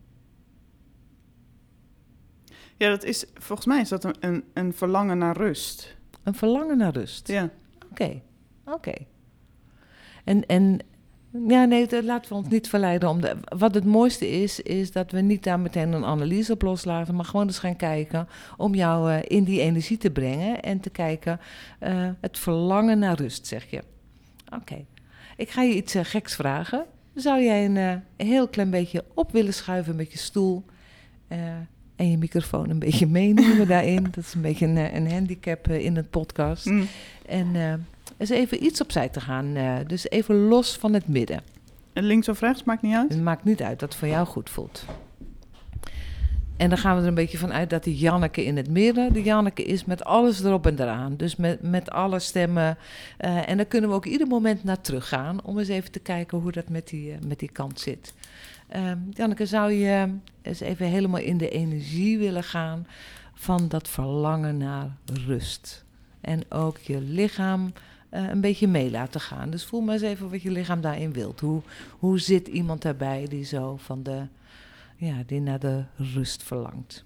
Ja, volgens mij is dat een verlangen naar rust. Een verlangen naar rust? Ja. Oké. En ja, nee, laten we ons niet verleiden. Wat het mooiste is dat we niet daar meteen een analyse op loslaten, maar gewoon eens gaan kijken om jou in die energie te brengen en te kijken, het verlangen naar rust, zeg je. Oké. Ik ga je iets geks vragen. Zou jij een heel klein beetje op willen schuiven met je stoel en je microfoon een beetje meenemen daarin? Dat is een beetje een handicap in het podcast. En eens even iets opzij te gaan. Dus even los van het midden. En links of rechts, maakt niet uit? Het maakt niet uit, dat het voor jou goed voelt. En dan gaan we er een beetje van uit dat die Janneke in het midden, de Janneke is met alles erop en eraan. Dus met alle stemmen. En dan kunnen we ook ieder moment naar terug gaan om eens even te kijken hoe dat met die kant zit. Janneke, zou je eens even helemaal in de energie willen gaan van dat verlangen naar rust? En ook je lichaam een beetje mee laten gaan. Dus voel maar eens even wat je lichaam daarin wilt. Hoe zit iemand daarbij die zo die naar de rust verlangt?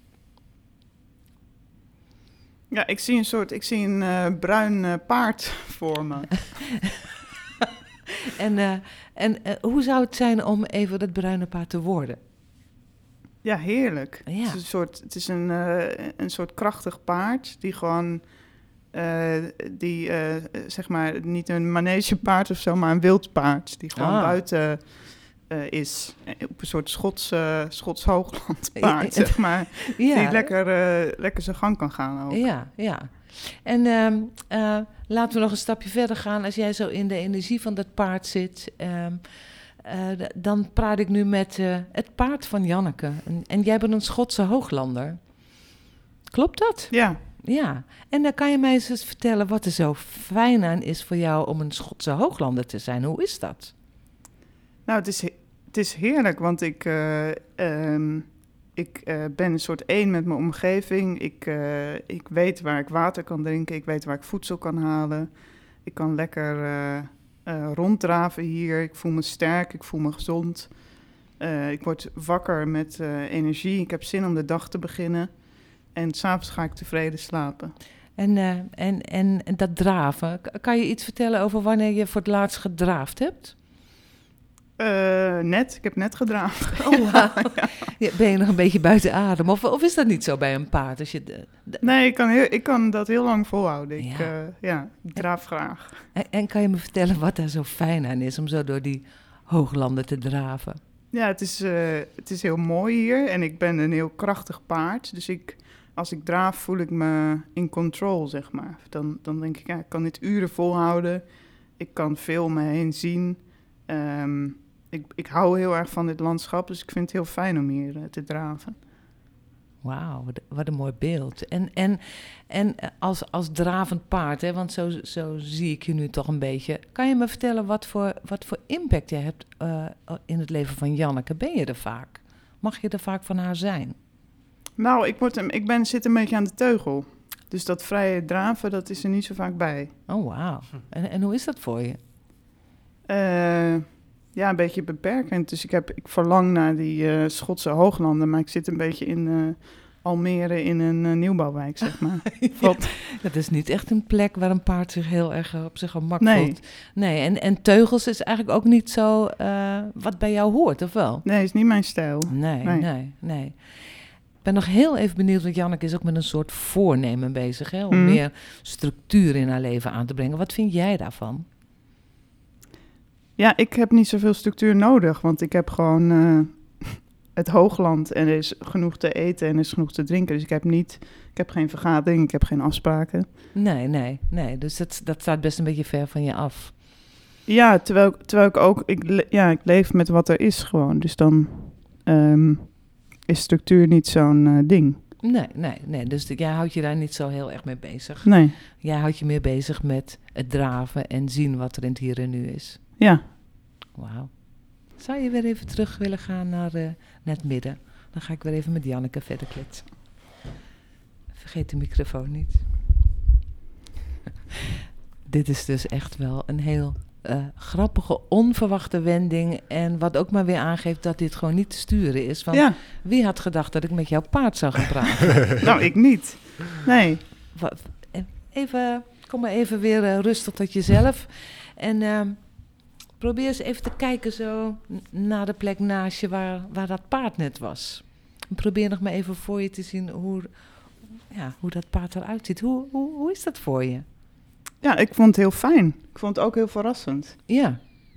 Ja, ik zie een bruin paard voor me. En hoe zou het zijn om even dat bruine paard te worden? Ja, heerlijk. Ja. Het is een soort krachtig paard die gewoon zeg maar niet een manegepaard of zo, maar een wild paard die gewoon buiten is. Op een soort Schots hooglandpaard, zeg maar. Ja. Die lekker zijn gang kan gaan ook. Ja. En laten we nog een stapje verder gaan. Als jij zo in de energie van dat paard zit, dan praat ik nu met het paard van Janneke. En jij bent een Schotse hooglander. Klopt dat? Ja. Ja. En dan kan je mij eens vertellen wat er zo fijn aan is voor jou om een Schotse hooglander te zijn. Hoe is dat? Nou, het is heerlijk, want ik ben een soort één met mijn omgeving. Ik weet waar ik water kan drinken. Ik weet waar ik voedsel kan halen. Ik kan lekker ronddraven hier. Ik voel me sterk. Ik voel me gezond. Ik word wakker met energie. Ik heb zin om de dag te beginnen. En 's avonds ga ik tevreden slapen. En dat draven, kan je iets vertellen over wanneer je voor het laatst gedraafd hebt? Ik heb net gedraafd. Oh, wow. Ja, ben je nog een beetje buiten adem? Of is dat niet zo bij een paard? Als je Nee, ik kan dat heel lang volhouden. Ik draaf graag. En kan je me vertellen wat daar zo fijn aan is om zo door die hooglanden te draven? Ja, het is heel mooi hier en ik ben een heel krachtig paard. Dus als ik draaf voel ik me in control, zeg maar. Dan denk ik, ik kan dit uren volhouden. Ik kan veel om me heen zien. Ik hou heel erg van dit landschap, dus ik vind het heel fijn om hier te draven. Wauw, wat een mooi beeld. En als dravend paard, hè, want zo zie ik je nu toch een beetje. Kan je me vertellen wat voor impact je hebt in het leven van Janneke? Ben je er vaak? Mag je er vaak van haar zijn? Nou, zit een beetje aan de teugel. Dus dat vrije draven, dat is er niet zo vaak bij. Oh, wauw. En hoe is dat voor je? Een beetje beperkend. Dus ik verlang naar die Schotse hooglanden, maar ik zit een beetje in Almere in een nieuwbouwwijk, zeg maar. Dat is niet echt een plek waar een paard zich heel erg op zijn gemak voelt. Nee, en teugels is eigenlijk ook niet zo wat bij jou hoort, of wel? Nee, is niet mijn stijl. Nee. Ik ben nog heel even benieuwd, want Janneke is ook met een soort voornemen bezig, hè, om meer structuur in haar leven aan te brengen. Wat vind jij daarvan? Ja, ik heb niet zoveel structuur nodig, want ik heb gewoon het hoogland en er is genoeg te eten en er is genoeg te drinken. Dus ik heb geen vergadering, ik heb geen afspraken. Nee. Dus dat staat best een beetje ver van je af. Ja, terwijl ik ook, ik leef met wat er is gewoon. Dus dan is structuur niet zo'n ding. Nee. Dus jij houdt je daar niet zo heel erg mee bezig. Nee. Jij houdt je meer bezig met het draven en zien wat er in het hier en nu is. Ja. Wauw. Zou je weer even terug willen gaan naar het midden? Dan ga ik weer even met Janneke verder kletsen. Vergeet de microfoon niet. Dit is dus echt wel een heel grappige, onverwachte wending. En wat ook maar weer aangeeft dat dit gewoon niet te sturen is. Want wie had gedacht dat ik met jouw paard zou gaan praten? Nou, ik niet. Nee. Kom maar even weer rustig tot jezelf. En probeer eens even te kijken zo naar de plek naast je waar dat paard net was. En probeer nog maar even voor je te zien hoe dat paard eruit ziet. Hoe is dat voor je? Ja, ik vond het heel fijn. Ik vond het ook heel verrassend. Ja.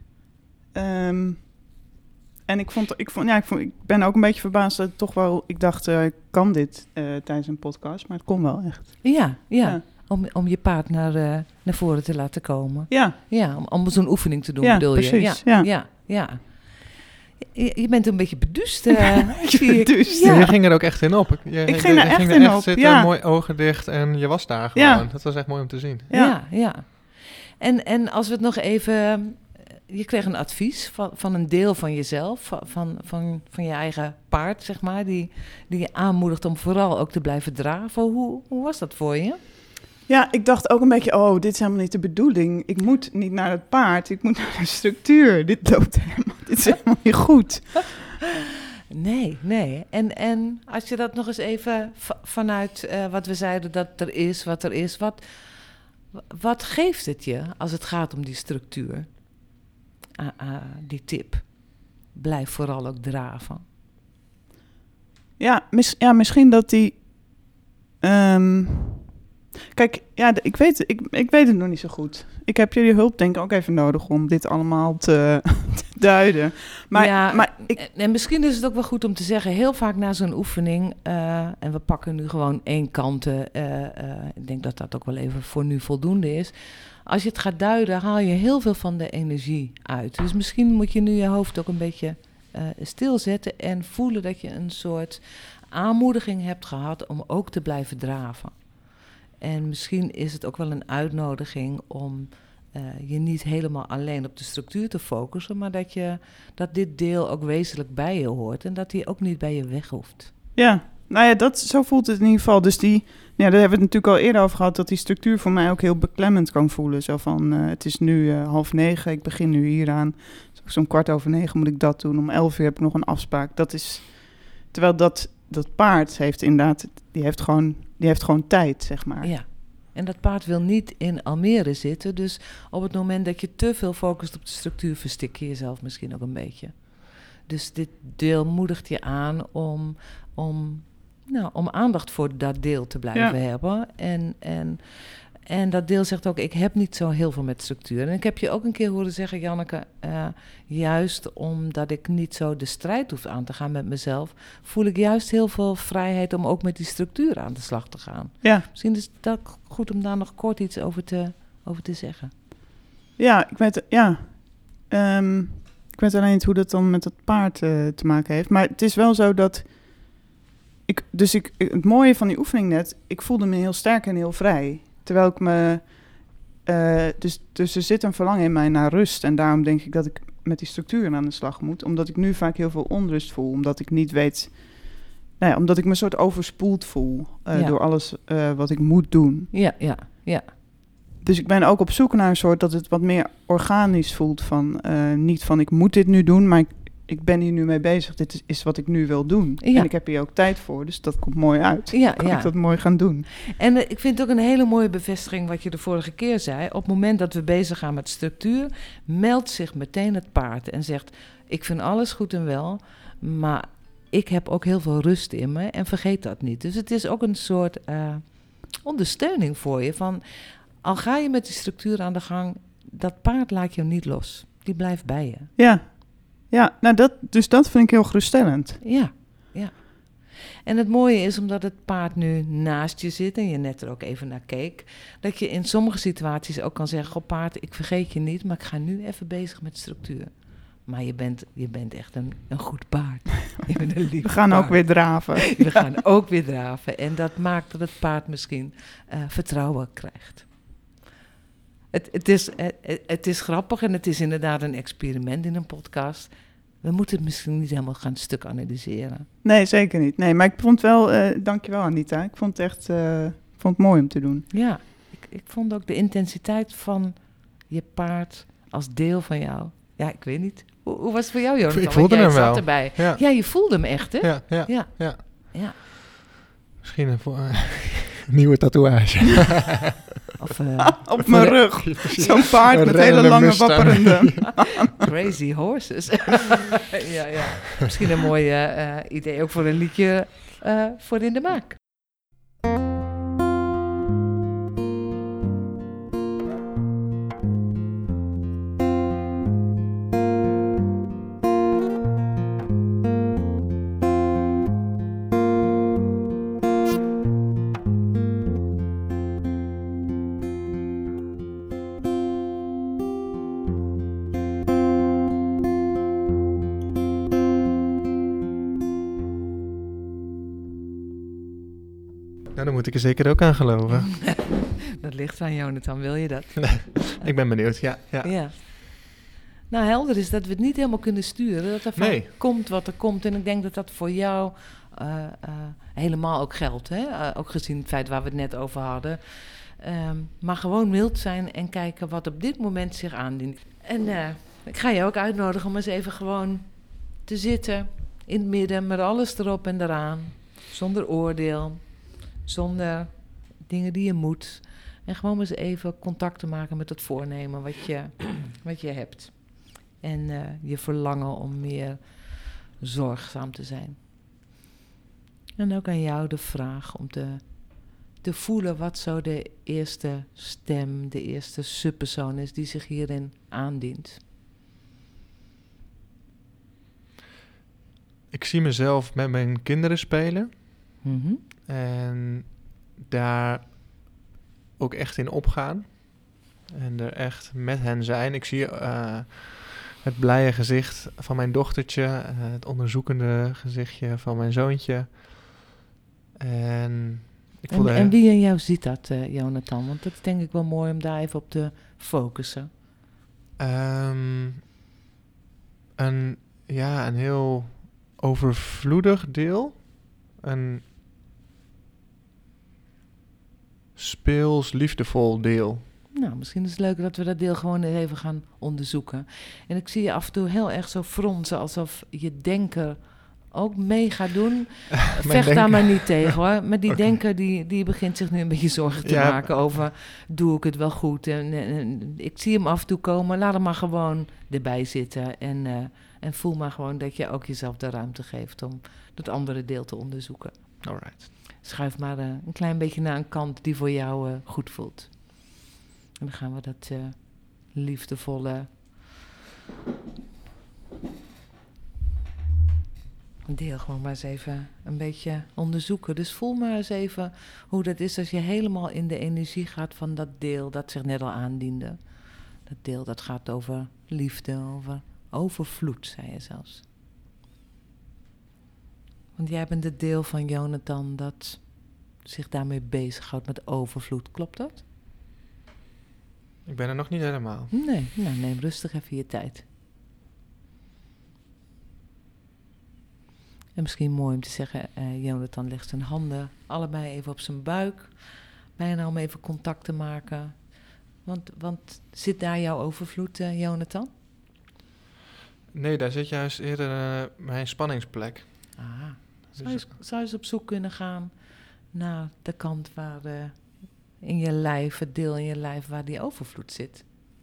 En ik ben ook een beetje verbaasd dat ik dacht, ik kan dit tijdens een podcast, maar het kon wel echt. Ja. Om je paard naar voren te laten komen. Ja. Ja, om zo'n oefening te doen, bedoel precies, je? Ja. Je bent een beetje beduust. Beduust. Ja. Je ging er ook echt in op. Ik ging er echt in op, zitten, mooi ogen dicht en je was daar gewoon. Ja. Dat was echt mooi om te zien. Ja. En als we het nog even... Je kreeg een advies van een deel van jezelf, van je eigen paard, zeg maar, die je aanmoedigt om vooral ook te blijven draven. Hoe was dat voor je? Ja, ik dacht ook een beetje, dit is helemaal niet de bedoeling. Ik moet niet naar het paard, ik moet naar de structuur. Dit is helemaal niet goed. Nee. En als je dat nog eens even vanuit wat we zeiden dat er is, wat er is, wat geeft het je als het gaat om die structuur? Die tip. Blijf vooral ook draven. Ja, misschien dat die... Kijk, ik weet het nog niet zo goed. Ik heb jullie hulp denk ik ook even nodig om dit allemaal te duiden. Maar en misschien is het ook wel goed om te zeggen, heel vaak na zo'n oefening, en we pakken nu gewoon 1 kante, ik denk dat dat ook wel even voor nu voldoende is. Als je het gaat duiden, haal je heel veel van de energie uit. Dus misschien moet je nu je hoofd ook een beetje stilzetten en voelen dat je een soort aanmoediging hebt gehad om ook te blijven draven. En misschien is het ook wel een uitnodiging om je niet helemaal alleen op de structuur te focussen, maar dat dit deel ook wezenlijk bij je hoort en dat die ook niet bij je weg hoeft. Ja, nou ja, zo voelt het in ieder geval. Dus daar hebben we het natuurlijk al eerder over gehad, dat die structuur voor mij ook heel beklemmend kan voelen. Zo van, het is nu 8:30, ik begin nu hieraan. Dus om 8:15 moet ik dat doen, om 11:00 heb ik nog een afspraak. Terwijl dat paard heeft inderdaad, die heeft gewoon tijd, zeg maar. Ja. En dat paard wil niet in Almere zitten. Dus op het moment dat je te veel focust op de structuur, verstik je jezelf misschien ook een beetje. Dus dit deel moedigt je aan om aandacht voor dat deel te blijven hebben. En dat deel zegt ook, ik heb niet zo heel veel met structuur. En ik heb je ook een keer horen zeggen, Janneke, juist omdat ik niet zo de strijd hoef aan te gaan met mezelf, voel ik juist heel veel vrijheid om ook met die structuur aan de slag te gaan. Ja. Misschien is het goed om daar nog kort iets over te zeggen. Ja, ik weet alleen niet hoe dat dan met het paard te maken heeft. Maar het is wel zo dat het mooie van die oefening net, ik voelde me heel sterk en heel vrij. Terwijl ik me... Dus er zit een verlangen in mij naar rust. En daarom denk ik dat ik met die structuren aan de slag moet. Omdat ik nu vaak heel veel onrust voel. Omdat ik niet weet... omdat ik me een soort overspoeld voel door alles wat ik moet doen. Ja. Dus ik ben ook op zoek naar een soort dat het wat meer organisch voelt. Niet van ik moet dit nu doen, maar ik ben hier nu mee bezig. Dit is wat ik nu wil doen. Ja. En ik heb hier ook tijd voor, dus dat komt mooi uit. Kan ik dat mooi gaan doen. En ik vind het ook een hele mooie bevestiging wat je de vorige keer zei. Op het moment dat we bezig gaan met structuur, meldt zich meteen het paard en zegt, ik vind alles goed en wel, maar ik heb ook heel veel rust in me en vergeet dat niet. Dus het is ook een soort ondersteuning voor je van, al ga je met die structuur aan de gang, dat paard laat je niet los. Die blijft bij je. Ja, nou dat vind ik heel geruststellend. Ja. En het mooie is, omdat het paard nu naast je zit en je net er ook even naar keek, dat je in sommige situaties ook kan zeggen, goh paard, ik vergeet je niet, maar ik ga nu even bezig met structuur. Maar je bent echt een goed paard. Je bent een lief We gaan paard. ook weer draven. We gaan ook weer draven. En dat maakt dat het paard misschien vertrouwen krijgt. Het is grappig en het is inderdaad een experiment in een podcast. We moeten het misschien niet helemaal gaan stuk analyseren. Nee, zeker niet. Nee, maar ik vond wel, dankjewel Anita. Ik vond het echt mooi om te doen. Ja, ik vond ook de intensiteit van je paard als deel van jou. Ja, ik weet niet. Hoe was het voor jou, Jonathan? Ik voelde hem wel. Erbij. Ja. Ja, je voelde hem echt, hè? Ja. Misschien een nieuwe tatoeage. Of, op mijn rug. Zo'n paard met hele lange Mustang. wapperende. Crazy horses. ja. Misschien een mooi idee ook voor een liedje voor in de maak. Nou, dan moet ik er zeker ook aan geloven. Dat ligt aan Jonathan, wil je dat? Ik ben benieuwd, ja. Nou, helder is dat we het niet helemaal kunnen sturen. Dat er van komt wat er komt. En ik denk dat dat voor jou helemaal ook geldt. Hè? Ook gezien het feit waar we het net over hadden. Maar gewoon mild zijn en kijken wat op dit moment zich aandient. En ik ga je ook uitnodigen om eens even gewoon te zitten in het midden met alles erop en eraan. Zonder oordeel. Zonder dingen die je moet. En gewoon eens even contact te maken met het voornemen wat je hebt. En je verlangen om meer zorgzaam te zijn. En ook aan jou de vraag om te voelen wat zo de eerste stem, de eerste subpersoon is die zich hierin aandient. ik zie mezelf met mijn kinderen spelen. Mhm. En daar ook echt in opgaan. En er echt met hen zijn. Ik zie het blije gezicht van mijn dochtertje. Het onderzoekende gezichtje van mijn zoontje. En ik voelde... En wie in jou ziet dat, Jonathan? Want dat is denk ik wel mooi om daar even op te focussen. Een heel overvloedig deel. Een speels, liefdevol deel. Nou, misschien is het leuk dat we dat deel gewoon even gaan onderzoeken. En ik zie je af en toe heel erg zo fronsen, alsof je denker ook mee gaat doen. Vecht daar maar niet tegen, hoor. Maar die denker die begint zich nu een beetje zorgen te maken over... doe ik het wel goed? En ik zie hem af en toe komen. Laat hem maar gewoon erbij zitten. En voel maar gewoon dat je ook jezelf de ruimte geeft... om het andere deel te onderzoeken. Alright. Schuif maar een klein beetje naar een kant die voor jou goed voelt. En dan gaan we dat liefdevolle... deel gewoon maar eens even een beetje onderzoeken. Dus voel maar eens even hoe dat is als je helemaal in de energie gaat van dat deel dat zich net al aandiende. Dat deel dat gaat over liefde, over overvloed, zei je zelfs. Want jij bent het deel van Jonathan dat zich daarmee bezighoudt met overvloed. Klopt dat? Ik ben er nog niet helemaal. Nee, nou neem rustig even je tijd. En misschien mooi om te zeggen, Jonathan legt zijn handen allebei even op zijn buik. Bijna om even contact te maken. Want zit daar jouw overvloed, Jonathan? Nee, daar zit juist eerder mijn spanningsplek. Ah, Dus, zou je eens op zoek kunnen gaan naar de kant waar in je lijf, het deel in je lijf waar die overvloed zit?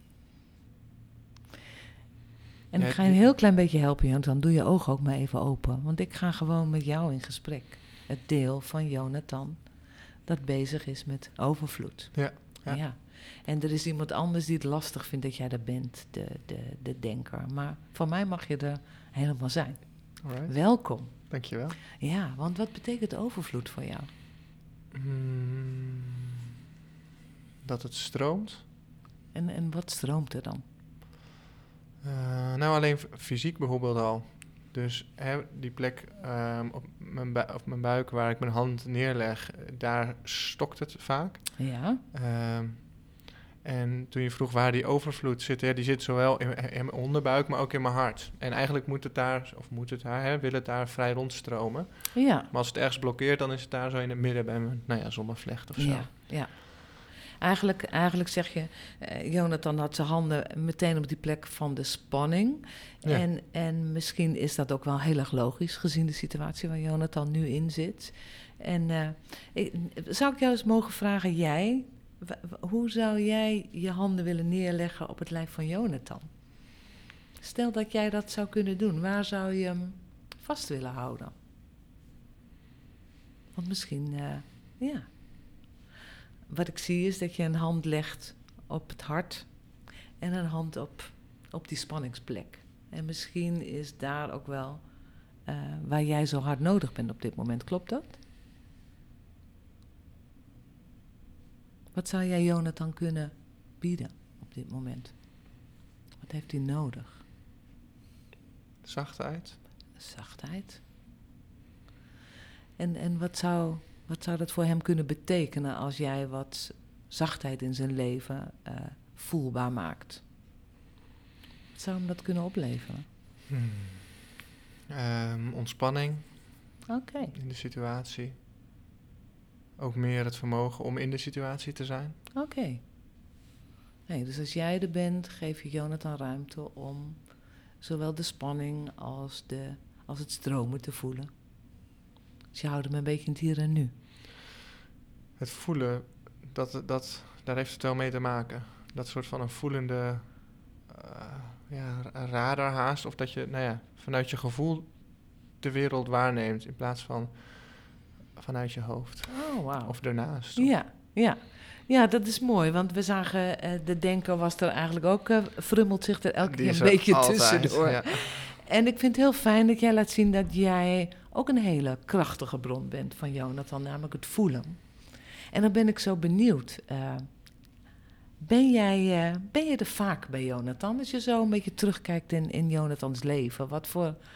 En ik ga je een heel klein beetje helpen, Jonathan. Doe je ogen ook maar even open. Want ik ga gewoon met jou in gesprek. Het deel van Jonathan dat bezig is met overvloed. Ja. En er is iemand anders die het lastig vindt dat jij er bent, de denker. Maar voor mij mag je er helemaal zijn. Alright. Welkom. Dankjewel. Ja, want wat betekent overvloed voor jou? Dat het stroomt. En wat stroomt er dan? Alleen fysiek bijvoorbeeld al. Dus die plek op mijn buik waar ik mijn hand neerleg, daar stokt het vaak. Ja. En toen je vroeg waar die overvloed zit, die zit zowel in mijn onderbuik, maar ook in mijn hart. En eigenlijk wil het daar vrij rondstromen. Ja. Maar als het ergens blokkeert, dan is het daar zo in het midden bij mijn zonnevlecht of zo. Ja. Eigenlijk zeg je, Jonathan had zijn handen meteen op die plek van de spanning. Ja. En misschien is dat ook wel heel erg logisch, gezien de situatie waar Jonathan nu in zit. En zou ik jou eens mogen vragen, hoe zou jij je handen willen neerleggen op het lijf van Jonathan? Stel dat jij dat zou kunnen doen, waar zou je hem vast willen houden? Want misschien, Wat ik zie is dat je een hand legt op het hart en een hand op die spanningsplek. En misschien is daar ook wel waar jij zo hard nodig bent op dit moment. Klopt dat? Wat zou jij Jonathan kunnen bieden op dit moment? Wat heeft hij nodig? Zachtheid. Zachtheid. En wat zou dat voor hem kunnen betekenen als jij wat zachtheid in zijn leven voelbaar maakt? Wat zou hem dat kunnen opleveren? Ontspanning. Oké. In de situatie. Ook meer het vermogen om in de situatie te zijn. Oké. Nee, dus als jij er bent, geef je Jonathan ruimte om zowel de spanning als het stromen te voelen. Dus je houdt hem een beetje in het hier en nu. Het voelen, daar heeft het wel mee te maken. Dat soort van een voelende radar haast. Of dat je vanuit je gevoel de wereld waarneemt in plaats van vanuit je hoofd. Oh, wow. Of ernaast. Ja, dat is mooi, want we zagen, de denker was er eigenlijk ook, frummelt zich er elke keer een beetje tussendoor. Ja. En ik vind het heel fijn dat jij laat zien dat jij ook een hele krachtige bron bent van Jonathan, namelijk het voelen. En dan ben ik zo benieuwd. Ben je er vaak bij Jonathan? Als je zo een beetje terugkijkt in Jonathans leven, wat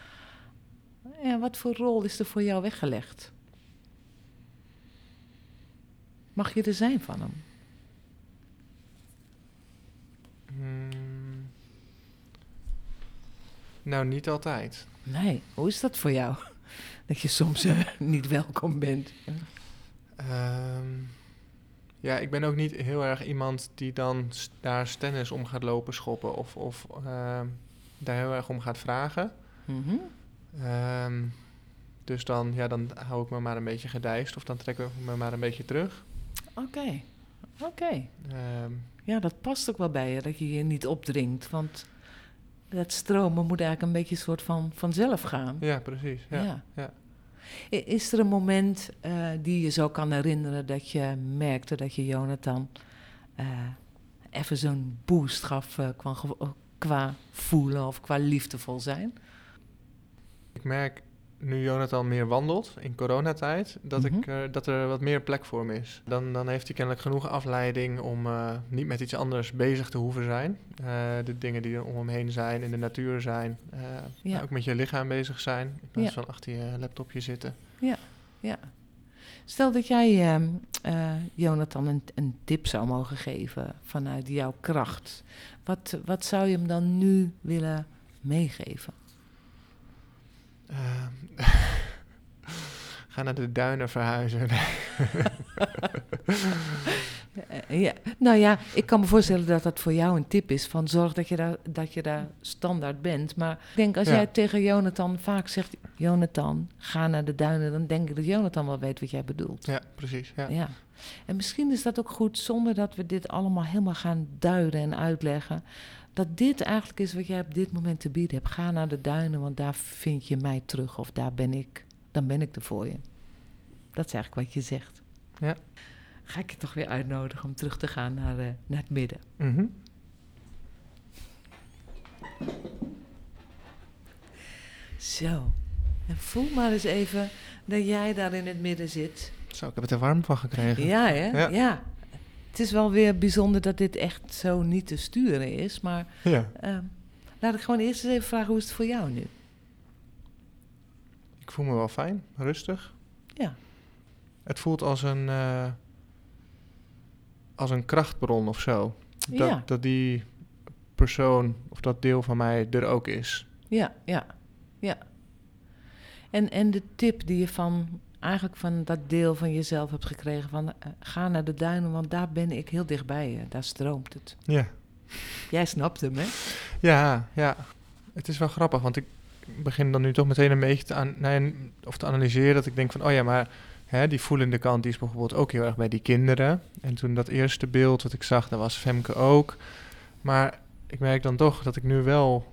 voor rol is er voor jou weggelegd? Mag je er zijn van hem? Nou, niet altijd. Nee, hoe is dat voor jou? Dat je soms niet welkom bent. Ja, ik ben ook niet heel erg iemand die dan daar stennis om gaat lopen schoppen of daar heel erg om gaat vragen. Mhm. Dus dan hou ik me maar een beetje gedijst of dan trek ik me maar een beetje terug. Oké. Ja, dat past ook wel bij je, dat je je niet opdringt. Want dat stromen moet eigenlijk een beetje een soort van vanzelf gaan. Ja, precies. Ja. Is er een moment die je zo kan herinneren dat je merkte dat je Jonathan even zo'n boost gaf qua voelen of qua liefdevol zijn? Ik merk nu Jonathan meer wandelt in coronatijd, dat er wat meer plek voor hem is. Dan heeft hij kennelijk genoeg afleiding om niet met iets anders bezig te hoeven zijn. De dingen die er om hem heen zijn, in de natuur zijn. Ook met je lichaam bezig zijn, in plaats van achter je laptopje zitten. Ja. Stel dat jij Jonathan een tip zou mogen geven vanuit jouw kracht. Wat zou je hem dan nu willen meegeven? Ga naar de duinen verhuizen. Ja. Nou ja, ik kan me voorstellen dat dat voor jou een tip is. Van zorg dat je daar standaard bent. Maar ik denk als jij tegen Jonathan vaak zegt... Jonathan, ga naar de duinen. Dan denk ik dat Jonathan wel weet wat jij bedoelt. Ja, precies. Ja. En misschien is dat ook goed zonder dat we dit allemaal helemaal gaan duiden en uitleggen. Dat dit eigenlijk is wat jij op dit moment te bieden hebt. Ga naar de duinen, want daar vind je mij terug. Of daar ben ik. Dan ben ik er voor je. Dat is eigenlijk wat je zegt. Ja. Ga ik je toch weer uitnodigen om terug te gaan naar het midden. Mm-hmm. Zo. En voel maar eens even dat jij daar in het midden zit. Zo, ik heb het er warm van gekregen. Ja, hè? Ja. Het is wel weer bijzonder dat dit echt zo niet te sturen is. Maar laat ik gewoon eerst eens even vragen, hoe is het voor jou nu? Ik voel me wel fijn, rustig. Ja. Het voelt als een krachtbron of zo. Dat die persoon of dat deel van mij er ook is. Ja. En de tip die je eigenlijk van dat deel van jezelf hebt gekregen... van ga naar de duinen, want daar ben ik heel dichtbij je. Daar stroomt het. Ja. Jij snapt hem, hè? Ja. Het is wel grappig, want ik begin dan nu toch meteen een beetje te analyseren... dat ik denk van, oh ja, maar die voelende kant... die is bijvoorbeeld ook heel erg bij die kinderen. En toen dat eerste beeld wat ik zag, dat was Femke ook. Maar ik merk dan toch dat ik nu wel...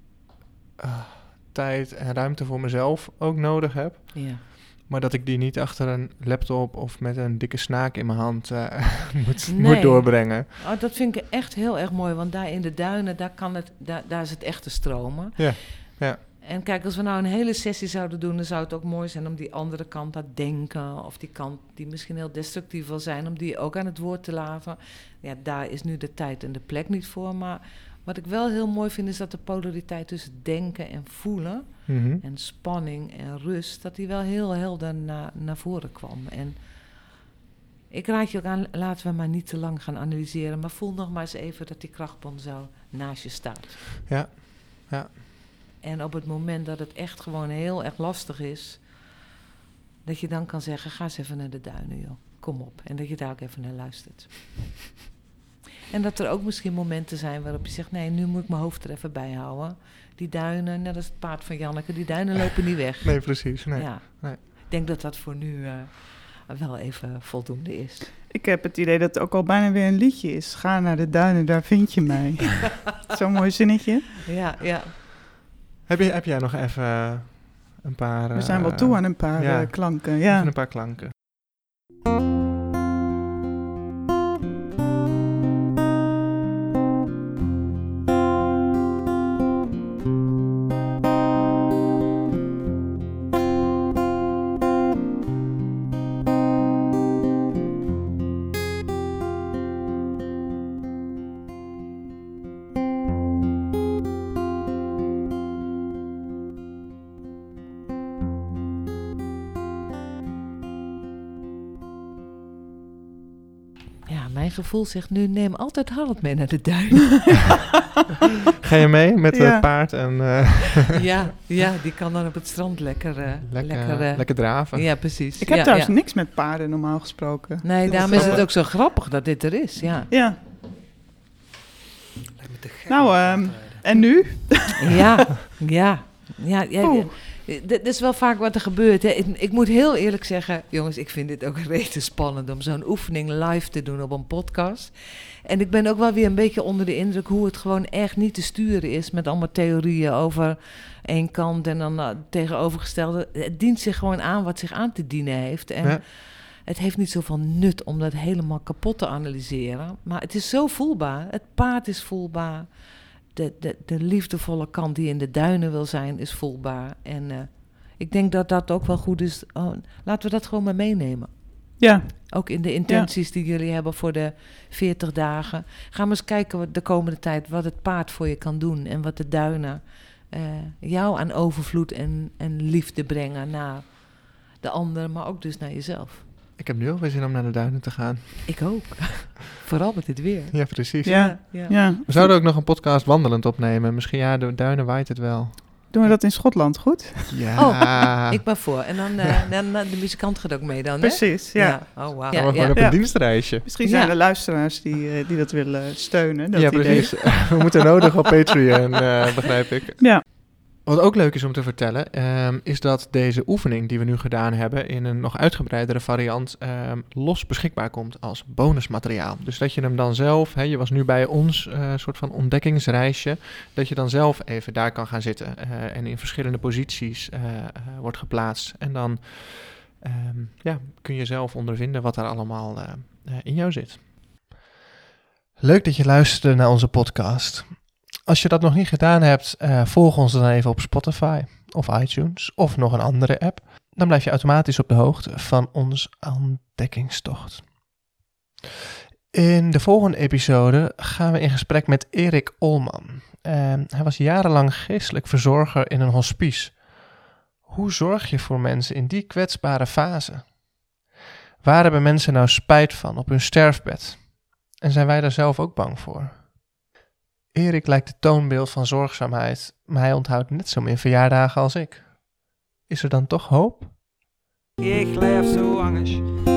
tijd en ruimte voor mezelf ook nodig heb. Ja. Maar dat ik die niet achter een laptop of met een dikke snaak in mijn hand moet doorbrengen. Oh, dat vind ik echt heel erg mooi, want daar in de duinen, daar is het echt te stromen. Ja. En kijk, als we nou een hele sessie zouden doen, dan zou het ook mooi zijn om die andere kant, dat denken, of die kant die misschien heel destructief wil zijn, om die ook aan het woord te laten. Ja, daar is nu de tijd en de plek niet voor, maar wat ik wel heel mooi vind, is dat de polariteit tussen denken en voelen... Mm-hmm. en spanning en rust, dat die wel heel helder naar voren kwam. En ik raad je ook aan, laten we maar niet te lang gaan analyseren... maar voel nog maar eens even dat die krachtbron zo naast je staat. Ja. En op het moment dat het echt gewoon heel erg lastig is... dat je dan kan zeggen, ga eens even naar de duinen, joh. Kom op. En dat je daar ook even naar luistert. En dat er ook misschien momenten zijn waarop je zegt... nee, nu moet ik mijn hoofd er even bij houden. Die duinen, net als het paard van Janneke... die duinen lopen niet weg. Nee, precies. Nee. Ja. Ik denk dat dat voor nu wel even voldoende is. Ik heb het idee dat het ook al bijna weer een liedje is. Ga naar de duinen, daar vind je mij. Zo'n mooi zinnetje. Ja. Heb jij nog even een paar... We zijn wel toe aan een paar klanken. Ja. Even een paar klanken. mijn gevoel zegt nu, neem altijd Harold mee naar de duin. Ga je mee met Ja. het paard en ja, die kan dan op het strand lekker lekker draven? Ja, precies. Ik heb Ja, trouwens ja. niks met paarden normaal gesproken. Nee, Dat daarom is is wel- het ook zo grappig dat dit er is, ja. Ja, Lijkt me te gek Nou, om te rijden. en nu? Ja. Oeh. Dit is wel vaak wat er gebeurt. Hè. Ik moet heel eerlijk zeggen, jongens, ik vind dit ook rete spannend om zo'n oefening live te doen op een podcast. En ik ben ook wel weer een beetje onder de indruk hoe het gewoon echt niet te sturen is met allemaal theorieën over één kant en dan tegenovergestelde. Het dient zich gewoon aan wat zich aan te dienen heeft. En Ja. het heeft niet zoveel nut om dat helemaal kapot te analyseren. Maar het is zo voelbaar. Het paard is voelbaar. De liefdevolle kant die in de duinen wil zijn, is voelbaar. En ik denk dat dat ook wel goed is. Oh, laten we dat gewoon maar meenemen. Ja, Ook in de intenties die jullie hebben voor de 40 dagen. Ga maar eens kijken de komende tijd wat het paard voor je kan doen. En wat de duinen jou aan overvloed en liefde brengen naar de anderen, maar ook dus naar jezelf. Ik heb nu al weer zin om naar de duinen te gaan. Ik ook. Vooral met dit weer. Ja, precies. ja. We zouden ook nog een podcast wandelend opnemen. Misschien, ja, de duinen waait het wel. Doen we dat in Schotland goed? Ja. Ik ben voor. En dan de muzikant gaat ook mee dan, hè? Precies, ja. Oh, wow. Gaan we gewoon op Ja. een dienstreisje. Misschien zijn Ja. er luisteraars die dat willen steunen. Dat Ja, idee. precies. We moeten nodig op Patreon, begrijp ik. Ja. Wat ook leuk is om te vertellen, is dat deze oefening die we nu gedaan hebben in een nog uitgebreidere variant los beschikbaar komt als bonusmateriaal. Dus dat je hem dan zelf, je was nu bij ons soort van ontdekkingsreisje, dat je dan zelf even daar kan gaan zitten en in verschillende posities wordt geplaatst. En dan kun je zelf ondervinden wat er allemaal in jou zit. Leuk dat je luisterde naar onze podcast. Als je dat nog niet gedaan hebt, volg ons dan even op Spotify of iTunes of nog een andere app. Dan blijf je automatisch op de hoogte van ons ontdekkingstocht. In de volgende episode gaan we in gesprek met Erik Olman. Hij was jarenlang geestelijk verzorger in een hospice. Hoe zorg je voor mensen in die kwetsbare fase? Waar hebben mensen nou spijt van op hun sterfbed? En zijn wij daar zelf ook bang voor? Erik lijkt het toonbeeld van zorgzaamheid, maar hij onthoudt net zo min verjaardagen als ik. Is er dan toch hoop? Ik leef zo anders.